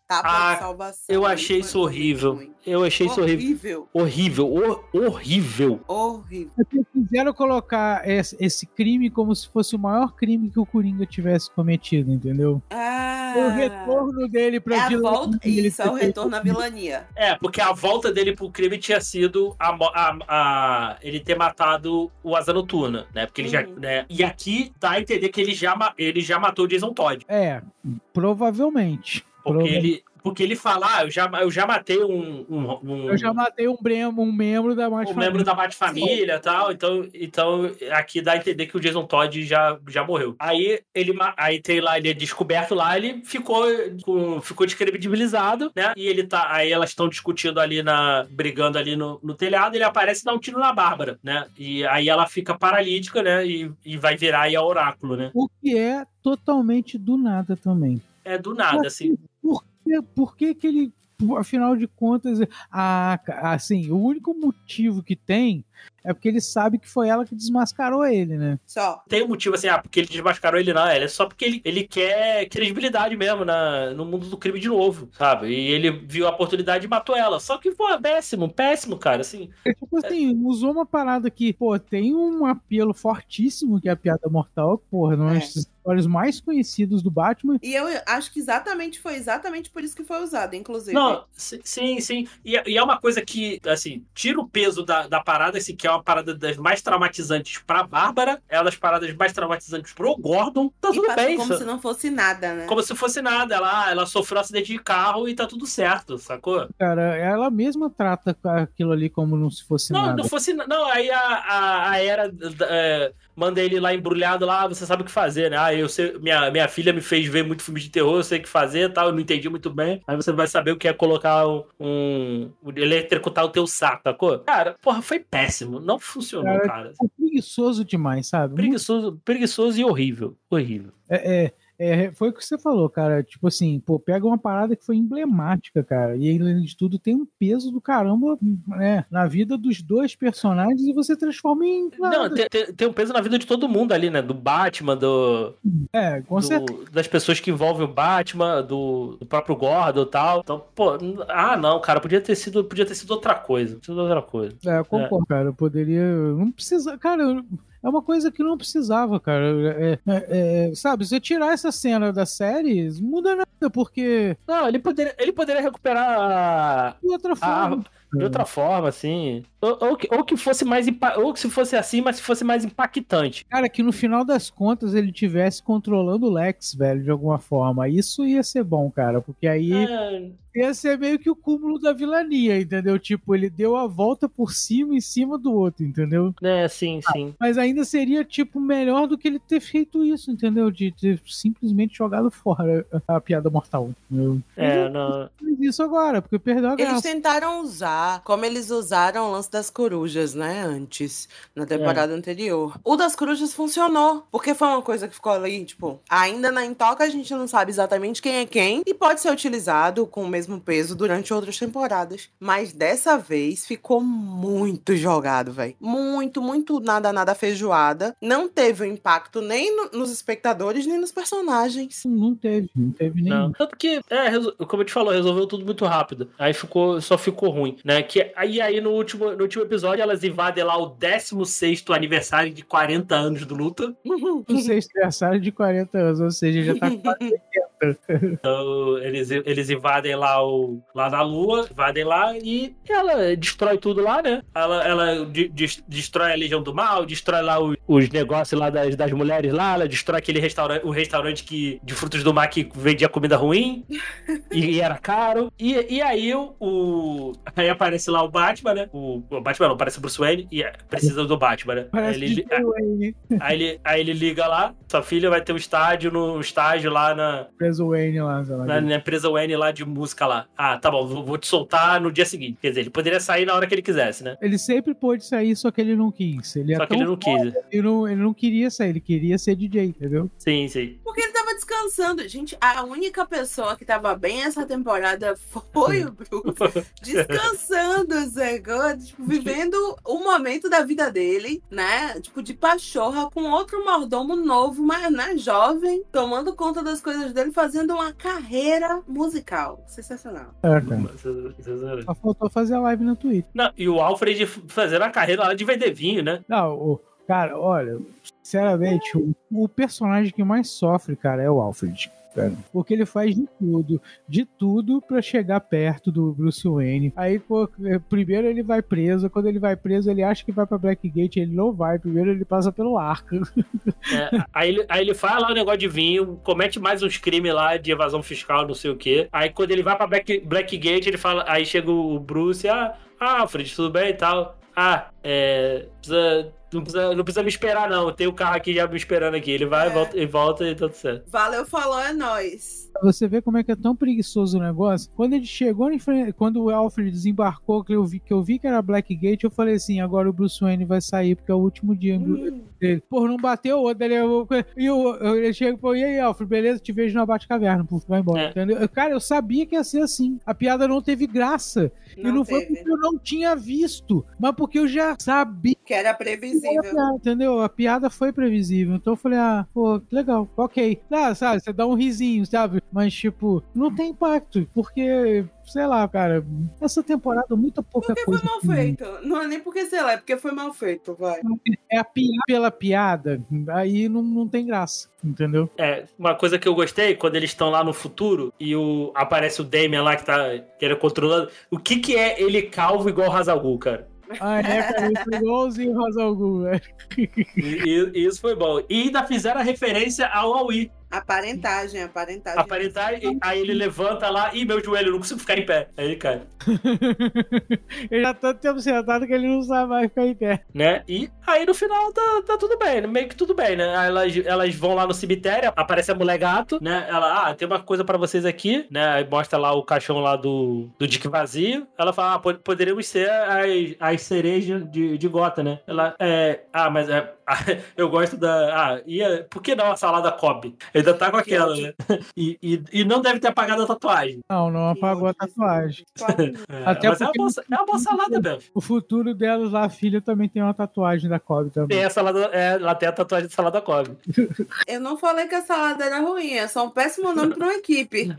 Tábua Ah, de salvação. Eu aí achei foi- isso foi muito horrível. ruim. Eu achei isso horrível. Horrível. Horrível. hor- horrível. Horrível. Porque quiseram colocar esse, esse crime como se fosse o maior crime que o Coringa tivesse cometido, entendeu? Ah, O retorno dele pra é a vilania volta. dele Isso, é ter o feito- retorno à vilania. É, porque a volta dele pro crime tinha sido a, mo- a- a- ele ter matado o Asa Noturna, né? Porque ele já. Uhum. Né? E aqui dá a entender que ele já, ma- ele já matou o Jason Todd. É, provavelmente. Porque Prova- ele. Porque ele fala, ah, eu já, eu já matei um. um, um Eu já matei um, bremo, um membro da mais um membro da Bate-Família e tal, então, então aqui dá a entender que o Jason Todd já, já morreu. Aí ele ma- aí tem lá, ele é descoberto lá, ele ficou, com- ficou descredibilizado, né? E ele tá. Aí elas estão discutindo ali na. brigando ali no, no telhado, ele aparece e dá um tiro na Bárbara, né? E aí ela fica paralítica, né? E, e vai virar aí a oráculo, né? O que é totalmente do nada também. É do nada, assim. Por que, por que que ele, afinal de contas, a, assim, o único motivo que tem é porque ele sabe que foi ela que desmascarou ele, né? Só. Tem um motivo assim, ah, porque ele desmascarou ele, não. É só porque ele, ele quer credibilidade mesmo na, no mundo do crime de novo, sabe? E ele viu a oportunidade e matou ela. Só que, pô, péssimo, péssimo, cara, assim. É tipo assim, usou uma parada que, pô, tem um apelo fortíssimo que é a piada mortal, porra, não é. Os histórias mais conhecidos do Batman. E eu acho que exatamente foi exatamente por isso que foi usado, inclusive. Não, sim, sim. sim. E, é- e é uma coisa que, assim, tira o peso da, da parada, assim, que é uma parada das mais traumatizantes pra Bárbara, é uma das paradas mais traumatizantes pro Gordon. Tá E tudo passou bem, como isso. se não fosse nada, né? Como se fosse nada. Ela, ela sofreu um acidente de carro e tá tudo certo, sacou? Cara, ela mesma trata aquilo ali como não se fosse Não, nada. não fosse. Não, aí a, a, a Era é, manda ele lá embrulhado lá, você sabe o que fazer, né? Ah, eu sei, minha, minha filha me fez ver muito filme de terror, eu sei o que fazer e tal, eu não entendi muito bem. Aí você vai saber o que é colocar um. um eletrocutar o teu saco, sacou? Cara, porra, foi péssimo. Não funcionou, Cara, cara. É preguiçoso demais, sabe? Preguiçoso, preguiçoso e horrível. Horrível. É, é, é, foi o que você falou, cara. Tipo assim, pô, pega uma parada que foi emblemática, cara. E além de tudo, tem um peso do caramba, né, na vida dos dois personagens e você transforma em. Não, tem, tem, tem um peso na vida de todo mundo ali, né? Do Batman, do. É, com do- certeza. das pessoas que envolvem o Batman, do, do próprio Gordon e tal. Então, pô, n- ah, não, cara, podia ter sido, podia ter sido outra coisa. Sido outra coisa. É, eu concordo, cara. Eu poderia. Não precisa. Cara, eu- é uma coisa que não precisava, cara. É, é, é, sabe, se eu tirar essa cena da série, não muda nada, porque. Não, ele poderia, ele poderia recuperar De outra forma. de outra forma, assim. Ou, ou, que, ou que fosse mais. impa- Ou que se fosse assim, mas se fosse mais impactante. Cara, que no final das contas ele tivesse controlando o Lex, velho, de alguma forma. Isso ia ser bom, cara, porque aí É, ia ser meio que o cúmulo da vilania, entendeu? Tipo, ele deu a volta por cima em cima do outro, entendeu? né, sim, sim. Mas ainda seria, tipo, melhor do que ele ter feito isso, entendeu? De ter simplesmente jogado fora a piada mortal, entendeu? É, não. Mas isso agora, porque perdeu a Eles graça. tentaram usar, como eles usaram o lance das corujas, né, antes, na temporada anterior. O das corujas funcionou, porque foi uma coisa que ficou ali, tipo, ainda na Intoca a gente não sabe exatamente quem é quem, e pode ser utilizado com o mesmo peso durante outras temporadas. Mas dessa vez ficou muito jogado, velho. Muito, muito nada, nada feijoada. Não teve um impacto nem no- nos espectadores, nem nos personagens. Não teve, não teve nenhum. Não. Tanto que, é, resol- como eu te falou, resolveu tudo muito rápido. Aí ficou, só ficou ruim, né? Que, aí, aí no, último, no último episódio elas invadem lá o décimo sexto aniversário de quarenta anos do Luta. O sexto aniversário de quarenta anos, ou seja, já tá quase oitenta. Então eles, eles invadem lá, o, lá na Lua, invadem lá e ela destrói tudo lá, né? Ela, ela de- de- destrói a Legião do Mal, destrói lá o- os negócios lá das, das mulheres lá, ela destrói aquele restaurante, o restaurante que, de frutos do mar que vendia comida ruim e, e era caro. E, e aí o, o- aí aparece lá o Batman, né? O, o Batman não, aparece o Bruce Wayne e é, precisa do Batman, né? Aí Parece ele, de Wayne. aí, ele, aí ele liga lá, sua filha vai ter um estádio no estágio lá na, Preso Wayne lá, sei lá. na, na empresa Wayne lá de música lá. Ah, tá bom, vou, vou te soltar no dia seguinte. Quer dizer, ele poderia sair na hora que ele quisesse, né? Ele sempre pôde sair, só que ele não quis. Ele é Só que tão ele não quis. Ele não, ele não queria sair, ele queria ser D J, entendeu? Sim, sim. Porque ele tava descansando. Gente, a única pessoa que tava bem essa temporada foi o Bruce. Descansando, sacou? Tipo, vivendo o momento da vida dele, né? Tipo, de pachorra com outro mordomo novo, mas, né, jovem, tomando conta das coisas dele. fazendo uma carreira musical. Sensacional. É, cara. Só faltou fazer a live no Twitter. Não, e o Alfred fazendo a carreira lá de vender vinho, né? Não, o, cara, olha, sinceramente, o, o personagem que mais sofre, cara, é o Alfred. Cara, porque ele faz de tudo, de tudo pra chegar perto do Bruce Wayne. Aí, pô, primeiro ele vai preso, quando ele vai preso, ele acha que vai pra Blackgate, ele não vai, primeiro ele passa pelo arco. É, aí, ele, aí ele faz lá o negócio de vinho, comete mais uns crimes lá de evasão fiscal, não sei o quê. Aí quando ele vai pra Black, Blackgate, ele fala, aí chega o Bruce, ah, ah, Alfred, tudo bem e tal? Ah, é. Precisa, não, precisa, não precisa me esperar, não. Tem o carro aqui já me esperando aqui. Ele vai, é. volta, e volta e tudo certo. Valeu, falou, é nóis. Você vê como é que é tão preguiçoso o negócio. Quando ele chegou em frente, quando o Alfred desembarcou, que eu vi que, eu vi que era Blackgate, eu falei assim: agora o Bruce Wayne vai sair, porque é o último dia hum. dele. Pô, não bateu o outro. Ele, e eu, ele chega e falou: e aí, Alfred, beleza? Te vejo na Batcaverna. Pô, vai embora. É. Entendeu? Cara, eu sabia que ia ser assim. A piada não teve graça. Não e não teve. Foi porque eu não tinha visto, mas porque eu já sabia. Que era previsível. Que era piada, entendeu? A piada foi previsível. Então eu falei: ah, pô, legal, ok. Ah, sabe, você dá um risinho, sabe? Mas, tipo, não tem impacto, porque, sei lá, cara, essa temporada muito pouca porque coisa. Porque foi mal feito. Não é nem porque, sei lá, é porque foi mal feito, vai. É a piada pela piada, aí não, não tem graça, entendeu? É, uma coisa que eu gostei, quando eles estão lá no futuro e o, aparece o Damian lá que tá que era controlando, o que que é ele calvo igual o Ra's al Ghul, cara? Ah, é, cara, isso é igualzinho o Ra's al Ghul, velho. E, e isso foi bom. E ainda fizeram a referência ao Aui. Aparentagem, aparentagem. Aparentagem, aí ele levanta lá, e meu joelho, eu não consigo ficar em pé. Aí ele cai. Ele já tá tempo sentado que ele não sabe mais ficar em pé. Né? E aí no final tá, tá tudo bem, meio que tudo bem, né? Aí elas, elas vão lá no cemitério, aparece a mulher gato, né? Ela, ah, tem uma coisa pra vocês aqui, né? Aí mostra lá o caixão lá do, do Dick vazio. Ela fala, ah, poderíamos ser as, as cerejas de, de Gotham, né? Ela, é, ah, mas é, eu gosto da, ah, ia, por que não a salada Cobb? Ainda tá com aquela, né? E, e, e não deve ter apagado a tatuagem. Não, não apagou a tatuagem. É, Até mas é uma, boa, é uma boa salada mesmo. O futuro delas lá, a filha, também tem uma tatuagem da Cobb também. Tem a salada, é, ela tem a tatuagem de salada Cobb. Eu não falei que a salada era ruim, é só um péssimo nome pra uma equipe.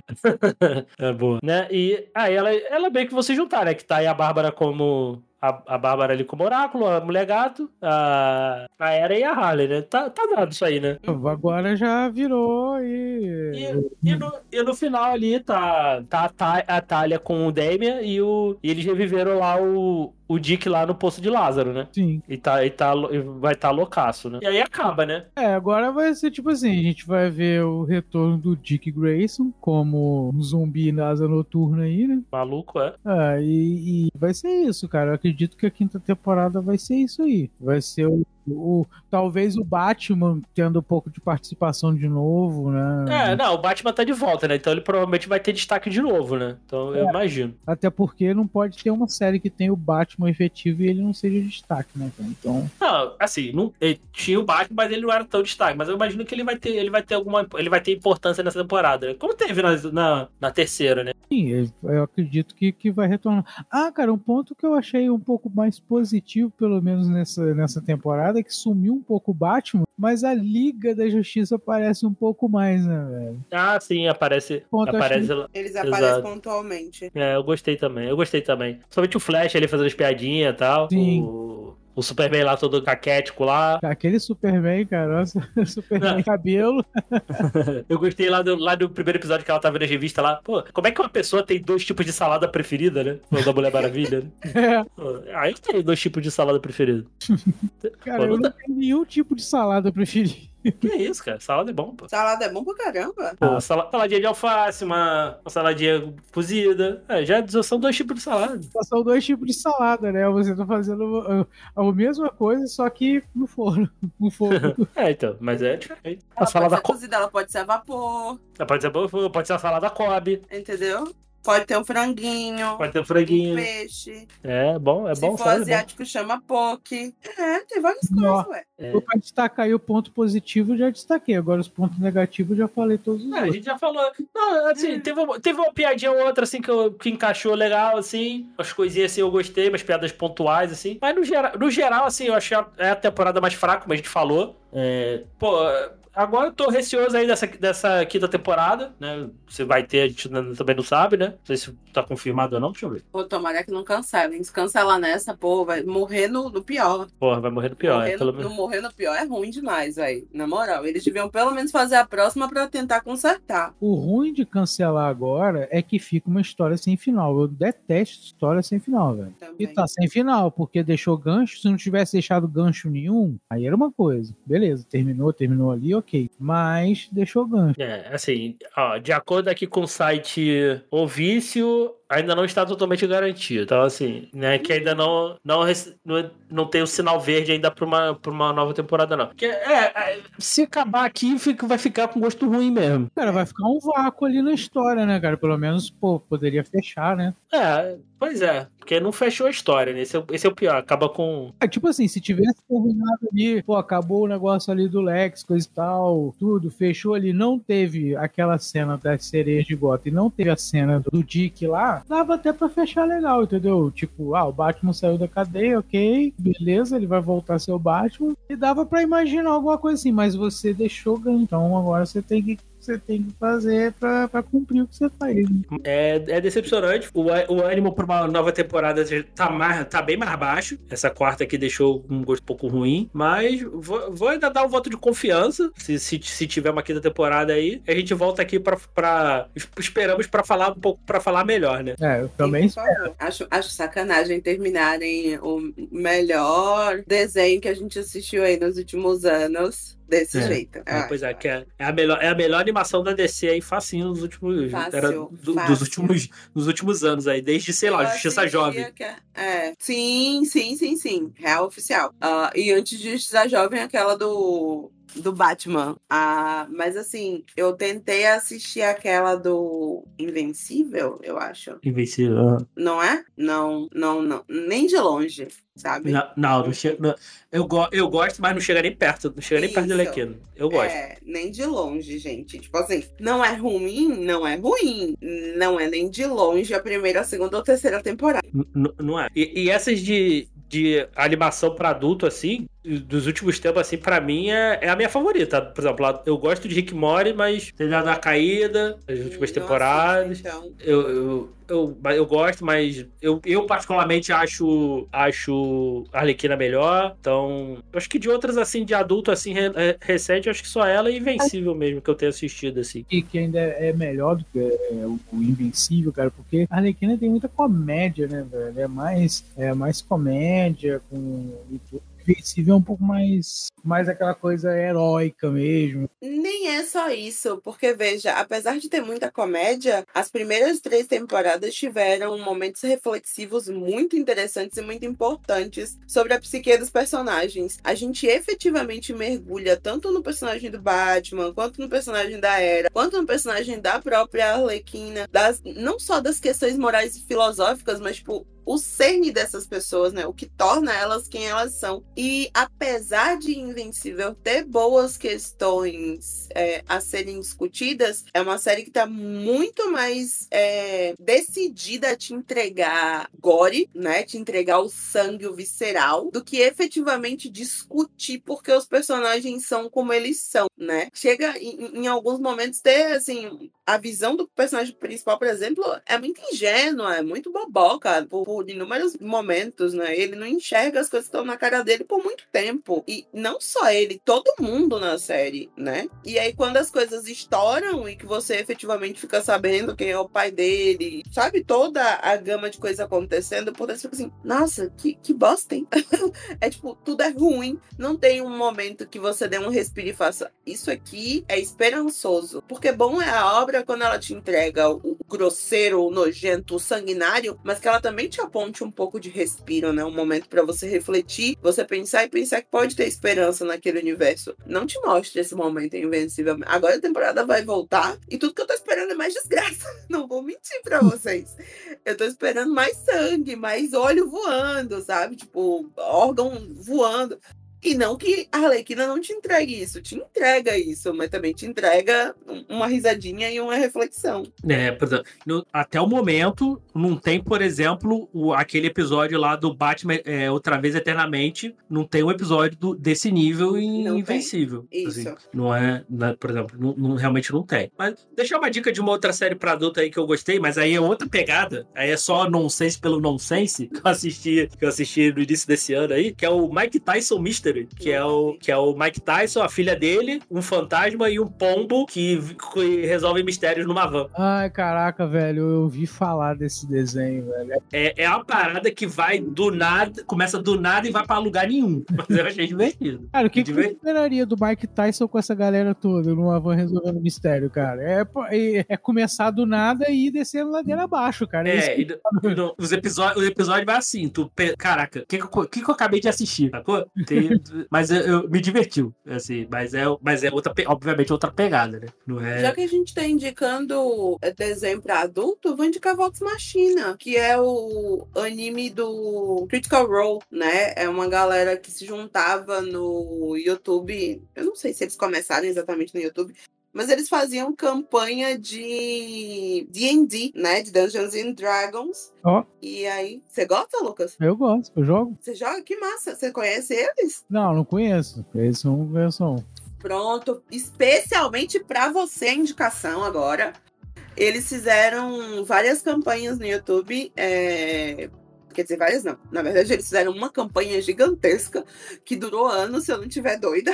É boa. Né? E aí ela, ela bem que você juntar, né? Que tá aí a Bárbara como... A, a Bárbara ali como oráculo, a mulher gato, a, a Era e a Harley, né? Tá, tá dado isso aí, né? Agora já virou e... E, e, no, e no final ali tá, tá a, a Talia com o Damian e, o, e eles reviveram lá o, o Dick lá no Poço de Lázaro, né? Sim. E, tá, e, tá, e vai estar tá loucaço, né? E aí acaba, né? É, agora vai ser tipo assim, a gente vai ver o retorno do Dick Grayson como um zumbi na asa noturna aí, né? Maluco, é. É, e, e vai ser isso, cara. Eu acredito que a quinta temporada vai ser isso aí. Vai ser o O, talvez o Batman tendo um pouco de participação de novo, né? É, não, o Batman tá de volta, né? Então ele provavelmente vai ter destaque de novo, né? Então eu é, imagino. Até porque não pode ter uma série que tem o Batman efetivo e ele não seja destaque, né? Então. Não, assim, não, tinha o Batman, mas ele não era tão destaque. Mas eu imagino que ele vai ter, ele vai ter alguma. Ele vai ter importância nessa temporada. Como teve na, na, na terceira, né? Sim, eu acredito que, que vai retornar. Ah, cara, um ponto que eu achei um pouco mais positivo, pelo menos nessa, nessa temporada, é que sumiu um pouco o Batman, mas a Liga da Justiça aparece um pouco mais, né, velho? Ah, sim, aparece. Ponto, aparece que... Eles aparecem Exato. pontualmente. É, eu gostei também, eu gostei também. Somente o Flash ali fazendo as piadinhas e tal. Sim. O... O Superman lá todo caquético lá. Aquele Superman, cara, nossa, Superman cabelo. Eu gostei lá do, lá do primeiro episódio que ela tava vendo a revista lá. Pô, como é que uma pessoa tem dois tipos de salada preferida, né? O da Mulher Maravilha, né? É. Pô, aí eu tenho dois tipos de salada preferida. Cara, Pô, não eu não tá... tenho nenhum tipo de salada preferida. Que isso, cara? Salada é bom, pô. Salada é bom pra caramba. Pô, sal... saladinha de alface, uma, uma saladinha cozida. É, já são dois tipos de salada. São dois tipos de salada, né? Você tá fazendo a, a mesma coisa, só que no forno. No forno. É, então, mas é diferente. A ela salada pode ser cozida, ela pode ser a vapor. Ela pode ser, pode ser a salada Cobb. Entendeu? Pode ter um franguinho. Pode ter um franguinho. Um peixe. É, bom, é Se bom. Se for asiático, chama poke. É, tem várias coisas, ué. É. Eu, pra destacar aí o ponto positivo, já destaquei. Agora os pontos negativos, já falei todos os é, outros. A gente já falou. Não, assim, é. teve, uma, teve uma piadinha ou outra, assim, que, eu, que encaixou legal, assim. As coisinhas, assim, eu gostei, umas piadas pontuais, assim. Mas, no geral, no geral assim, eu achei a, é a temporada mais fraca, como a gente falou. É, pô, agora eu tô receoso aí dessa, dessa quinta temporada, né? Se vai ter, a gente também não sabe, né? Não sei se tá confirmado ou não, deixa eu ver. Pô, tomara que não cancelem. Se cancelar nessa, pô, vai morrer no, no pior. Porra, vai morrer no pior, morrer é, pelo no, menos. no morrer no pior é ruim demais, velho. Na moral, eles deviam pelo menos fazer a próxima pra tentar consertar. O ruim de cancelar agora é que fica uma história sem final. Eu detesto história sem final, velho. E tá sem final, porque deixou gancho. Se não tivesse deixado gancho nenhum, aí era uma coisa. Beleza, terminou, terminou ali, ok. Mas deixou gancho. É, assim, ó, de acordo aqui com o site O Vício, ainda não está totalmente garantido. Então, assim, né, que ainda não, não, não, não tem o sinal verde ainda para uma, pra uma nova temporada, não. Porque, é, é, se acabar aqui, fica, vai ficar com gosto ruim mesmo. Cara, vai ficar um vácuo ali na história, né, cara? Pelo menos, pô, poderia fechar, né? É, pois é. Porque não fechou a história, né? Esse é, esse é o pior. Acaba com... É, tipo assim, se tivesse terminado ali, pô, acabou o negócio ali do Lex, coisa e tal, tudo, fechou ali, não teve aquela cena das sereias de Gotham e não teve a cena do Dick lá, dava até pra fechar legal, entendeu? Tipo, ah, o Batman saiu da cadeia, ok, beleza, ele vai voltar a ser o Batman, e dava pra imaginar alguma coisa assim, mas você deixou ganho, então agora você tem que você tem que fazer pra, pra cumprir o que você faz. Né? É, é decepcionante. O, o ânimo pra uma nova temporada tá, mais, tá bem mais baixo. Essa quarta aqui deixou um gosto um pouco ruim. Mas vou, vou ainda dar um voto de confiança. Se, se, se tiver uma quinta temporada aí, a gente volta aqui pra. pra esperamos pra falar um pouco, pra falar melhor, né? É, eu também Sim, espero. Acho, acho sacanagem terminarem o melhor desenho que a gente assistiu aí nos últimos anos. Desse é, jeito. É, pois é, que é, é, a melhor, é a melhor animação da D C aí, facinho, nos últimos. Fácil, era do, fácil. Dos últimos, nos últimos anos aí, desde, sei lá, Justiça Jovem. Que é, é, sim, sim, sim, sim. Real oficial. Uh, e antes de Justiça Jovem, aquela do. Do Batman. Ah, mas assim, eu tentei assistir aquela do Invencível, eu acho. Invencível. Não é? Não, não, não. Nem de longe, sabe? Não, não, não chega. Não, eu, go, eu gosto, mas não chega nem perto. Não chega nem perto do Arlequino. Eu gosto. É, nem de longe, gente. Tipo assim, não é ruim, não é ruim. Não é nem de longe a primeira, a segunda ou terceira temporada. N não é. E, e essas de, de animação pra adulto, assim, dos últimos tempos, assim, pra mim é, é a minha favorita. Por exemplo, eu gosto de Rick Mori, mas tem a da Caída, as últimas Não temporadas. assisto, então. Eu, eu, eu, eu gosto, mas eu, eu particularmente acho, acho a Arlequina melhor. Então, eu acho que de outras, assim, de adulto, assim, re, recente, eu acho que só ela e Invencível mesmo que eu tenho assistido, assim. E que ainda é melhor do que é, o, o Invencível, cara, porque a Arlequina tem muita comédia, né, velho? É mais, é mais comédia com... Invencível é um pouco mais, mais aquela coisa heróica mesmo. Nem é só isso, porque veja, apesar de ter muita comédia, as primeiras três temporadas tiveram momentos reflexivos muito interessantes e muito importantes sobre a psique dos personagens. A gente efetivamente mergulha tanto no personagem do Batman, quanto no personagem da Era, quanto no personagem da própria Arlequina, das, não só das questões morais e filosóficas, mas tipo, o cerne dessas pessoas, né? O que torna elas quem elas são. E apesar de Invencível ter boas questões é, a serem discutidas, é uma série que tá muito mais é, decidida a te entregar gore, né? Te entregar o sangue, o visceral, do que efetivamente discutir porque os personagens são como eles são, né? Chega em, em alguns momentos ter, assim, a visão do personagem principal, por exemplo, é muito ingênua, é muito boboca, por, por inúmeros momentos, né? Ele não enxerga as coisas que estão na cara dele por muito tempo. E não só ele, todo mundo na série, né? E aí, quando as coisas estouram e que você efetivamente fica sabendo quem é o pai dele, sabe? Toda a gama de coisas acontecendo, por isso, assim, nossa, que, que bosta, hein? É tipo, tudo é ruim. Não tem um momento que você dê um respiro e faça, isso aqui é esperançoso. Porque bom é a obra quando ela te entrega o grosseiro, o nojento, o sanguinário, mas que ela também te aponte um pouco de respiro, né? Um momento pra você refletir, você pensar e pensar que pode ter esperança naquele universo. Não te mostre esse momento Invencível. Agora a temporada vai voltar e tudo que eu tô esperando é mais desgraça. Não vou mentir pra vocês. Eu tô esperando mais sangue, mais olho voando, sabe? Tipo, órgão voando. E não que a Arlequina não te entregue isso, te entrega isso, mas também te entrega uma risadinha e uma reflexão. É, por exemplo, no- até o momento, não tem, por exemplo, o, aquele episódio lá do Batman é, Outra Vez Eternamente, não tem um episódio do- desse nível em Não tem. Invencível. Isso. Assim, não é, né, por exemplo, não, não- realmente não tem. Mas deixar uma dica de uma outra série pra adulto aí que eu gostei, mas aí é outra pegada, aí é só nonsense pelo nonsense, que eu assisti, que eu assisti no início desse ano aí, que é o Mike Tyson Mystery, que é o, que é o Mike Tyson, a filha dele, um fantasma e um pombo que, que resolve mistérios numa van. Ai, caraca, velho, eu ouvi falar desse desenho, velho. É, é uma parada que vai do nada, começa do nada e vai pra lugar nenhum. Mas eu achei divertido. Cara, o que, que Diver- você esperaria do Mike Tyson com essa galera toda numa van resolvendo mistério, cara? É, é, é começar do nada e ir descendo ladeira abaixo, cara. É, isso É, que- e no- no- os episódios, o episódio vai assim, tu, pe- caraca, o que, que, eu- que, que eu acabei de assistir, sacou? Tem- mas eu, eu- me divertiu, assim, mas é, mas é outra, pe- obviamente outra pegada, né? Não é... Já que a gente tá indicando é, desenho pra adulto, eu vou indicar Vox Machina, que é o anime do Critical Role, né? É uma galera que se juntava no YouTube. Eu não sei se eles começaram exatamente no YouTube, mas eles faziam campanha de D and D, né? De Dungeons and Dragons. Ó. E aí, você gosta, Lucas? Eu gosto, eu jogo. Você joga? Que massa! Você conhece eles? Não, não conheço. Conheço um, conheço um. Pronto, especialmente para você a indicação agora. Eles fizeram várias campanhas no YouTube. É... Quer dizer, várias não. Na verdade, eles fizeram uma campanha gigantesca que durou anos, se eu não estiver doida.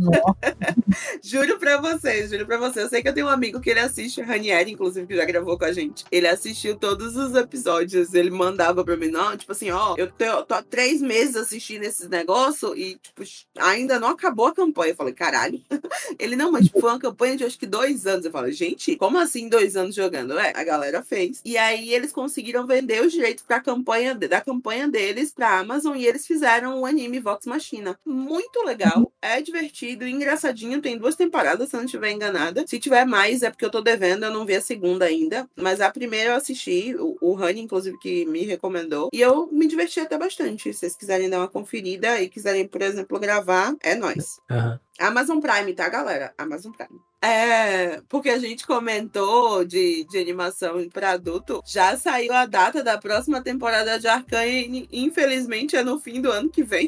Juro pra vocês, juro pra vocês. Eu sei que eu tenho um amigo que ele assiste, Ranieri, inclusive, que já gravou com a gente. Ele assistiu todos os episódios. Ele mandava pra mim, não, tipo assim, ó, eu tô, tô há três meses assistindo esses negócios e, tipo, ainda não acabou a campanha. Eu falei, caralho. Ele, não, mas tipo, foi uma campanha de acho que dois anos. Eu falei, gente, como assim dois anos jogando? É, a galera fez. E aí eles conseguiram vender os direitos pra campanha, da campanha deles pra Amazon e eles fizeram o anime Vox Machina. Muito legal, é divertido, engraçadinho, tem duas temporadas, se eu não estiver enganada. Se tiver mais, é porque eu tô devendo, eu não vi a segunda ainda. Mas a primeira eu assisti, o, o Rani, inclusive, que me recomendou. E eu me diverti até bastante. Se vocês quiserem dar uma conferida e quiserem, por exemplo, gravar, é nóis. Uhum. Amazon Prime, tá, galera? Amazon Prime. É, porque a gente comentou de, de animação para adulto. Já saiu a data da próxima temporada de Arcane. Infelizmente é no fim do ano que vem.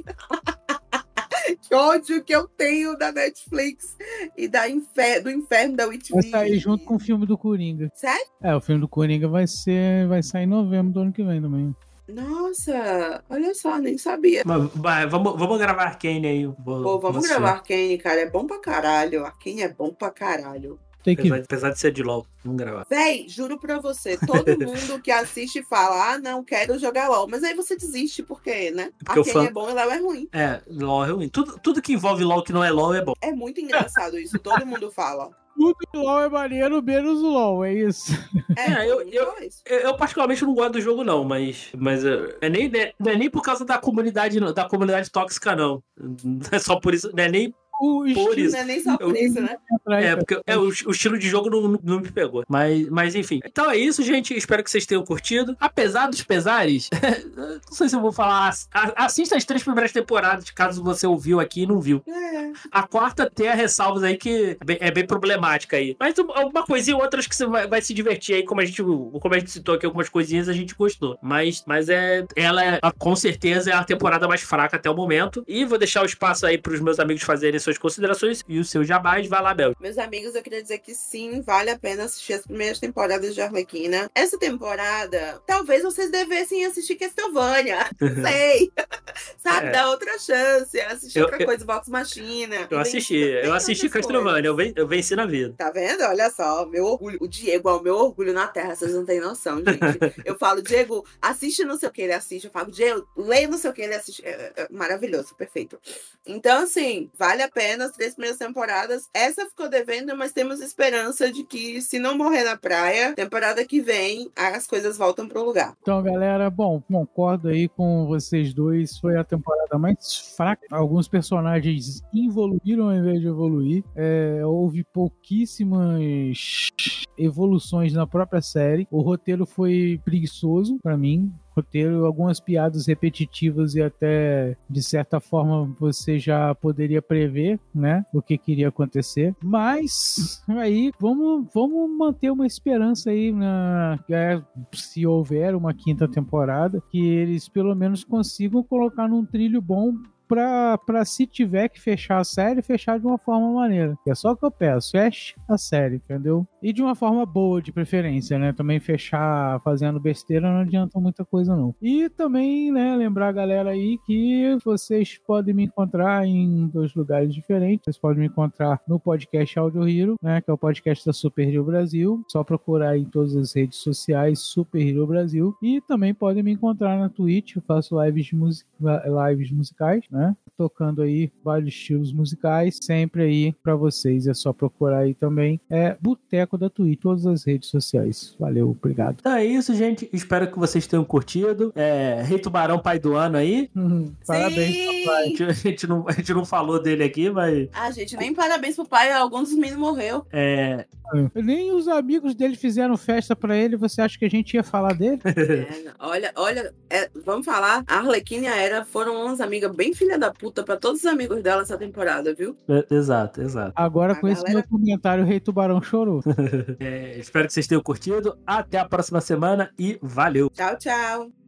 Que ódio que eu tenho da Netflix e da infer do inferno da Witch. Vai sair junto com o filme do Coringa. Sério? É, o filme do Coringa vai ser, vai sair em novembro do ano que vem também. Nossa, olha só, nem sabia. Mas, vai, vamos, vamos gravar Arcane aí. Vou, Pô, vamos você. gravar Arcane, cara. É bom pra caralho. Arcane é bom pra caralho. Tem que Apesar, apesar de ser de LOL, vamos gravar. Véi, juro pra você, todo mundo que assiste fala, ah, não, quero jogar LOL. Mas aí você desiste, por quê, né? Porque o Arcane fã- é bom e LOL é ruim. É, LOL é ruim. Tudo, tudo que envolve LOL que não é LOL é bom. É muito engraçado isso, todo mundo fala. tudo do LoL é maneiro, menos o LoL, é isso. É, É, eu- todo mundo eu- fala isso. Eu, eu particularmente não gosto do jogo, não, mas, mas é, é nem, né, não é nem por causa da comunidade, não, da comunidade tóxica, não. Não é só por isso, não é nem. O Por estilo isso. Não é nem só por Eu- isso, né? atrás, É, porque é, o, o estilo de jogo não, não- não me pegou. Mas, mas enfim. Então é isso, gente. Espero que vocês tenham curtido. Apesar dos pesares, não sei se eu vou falar. a- Assista as três primeiras temporadas, caso você ouviu aqui e não viu. É. A quarta tem as ressalvas aí que é bem, é bem problemática aí. Mas um- uma coisinha ou outra acho que você vai, vai se divertir aí, como a gente, como a gente citou aqui algumas coisinhas, a gente gostou. Mas, mas é, ela é, com certeza é a temporada mais fraca até o momento. E vou deixar o espaço aí pros meus amigos fazerem suas considerações e o seu jabás. Vai lá, Bel. Meus amigos, eu queria dizer que sim, vale a pena assistir as primeiras temporadas de Arlequina. Essa temporada, talvez vocês devessem assistir Castlevania. Não sei. Sabe, É. dá outra chance. Assistir Eu- outra eu- coisa, Vox Machina. Eu assisti, eu assisti Castlevania, eu, ven- eu venci na vida. Tá vendo? Olha só, meu orgulho. O Diego é o meu orgulho na terra, vocês não têm noção, gente. Eu falo, Diego, assiste não sei o que ele assiste. Eu falo, Diego, lê não sei o que ele assiste. É, é maravilhoso, perfeito. Então, assim, vale a pena as três primeiras temporadas. Essa ficou devendo, mas temos esperança de que, se não morrer na praia, temporada que vem, as coisas voltam pro lugar. Então, galera, bom, concordo aí com vocês dois. Foi a temporada temporada mais fraca. Alguns personagens evoluíram ao invés de evoluir. É, houve pouquíssimas evoluções na própria série. O roteiro foi preguiçoso pra mim. Roteiro, algumas piadas repetitivas e até, de certa forma, você já poderia prever, né, o que queria acontecer. Mas, aí, vamos, vamos manter uma esperança aí, na, se houver uma quinta temporada, que eles pelo menos consigam colocar num trilho bom Pra, pra se tiver que fechar a série, fechar de uma forma maneira. É só o que eu peço. Feche a série, entendeu? E de uma forma boa, de preferência, né? Também fechar fazendo besteira não adianta muita coisa, não. E também, né, lembrar a galera aí que vocês podem me encontrar em dois lugares diferentes. Vocês podem me encontrar no podcast Audio Hero, né? Que é o podcast da Super Hero Brasil. Só procurar aí em todas as redes sociais Super Hero Brasil. E também podem me encontrar na Twitch. Eu faço lives, music... lives musicais, né? Né? Tocando aí vários estilos musicais, sempre aí pra vocês, é só procurar aí também, é Boteco da Twitch, todas as redes sociais. Valeu, obrigado. Então é isso, gente, espero que vocês tenham curtido. É, Rei Tubarão, pai do ano aí. Uhum. Parabéns, papai. A gente, a, gente não, a gente não falou dele aqui, mas... Ah, gente, nem parabéns pro pai, alguns dos meninos morreu. É... Nem os amigos dele fizeram festa pra ele, você acha que a gente ia falar dele? É, olha, olha, é, vamos falar, a Arlequina e a Hera foram umas amigas bem filha da puta pra todos os amigos dela essa temporada, viu? É, exato, exato. Agora A com esse galera... meu comentário, o Rei Tubarão chorou. É, espero que vocês tenham curtido. Até a próxima semana e valeu! Tchau, tchau!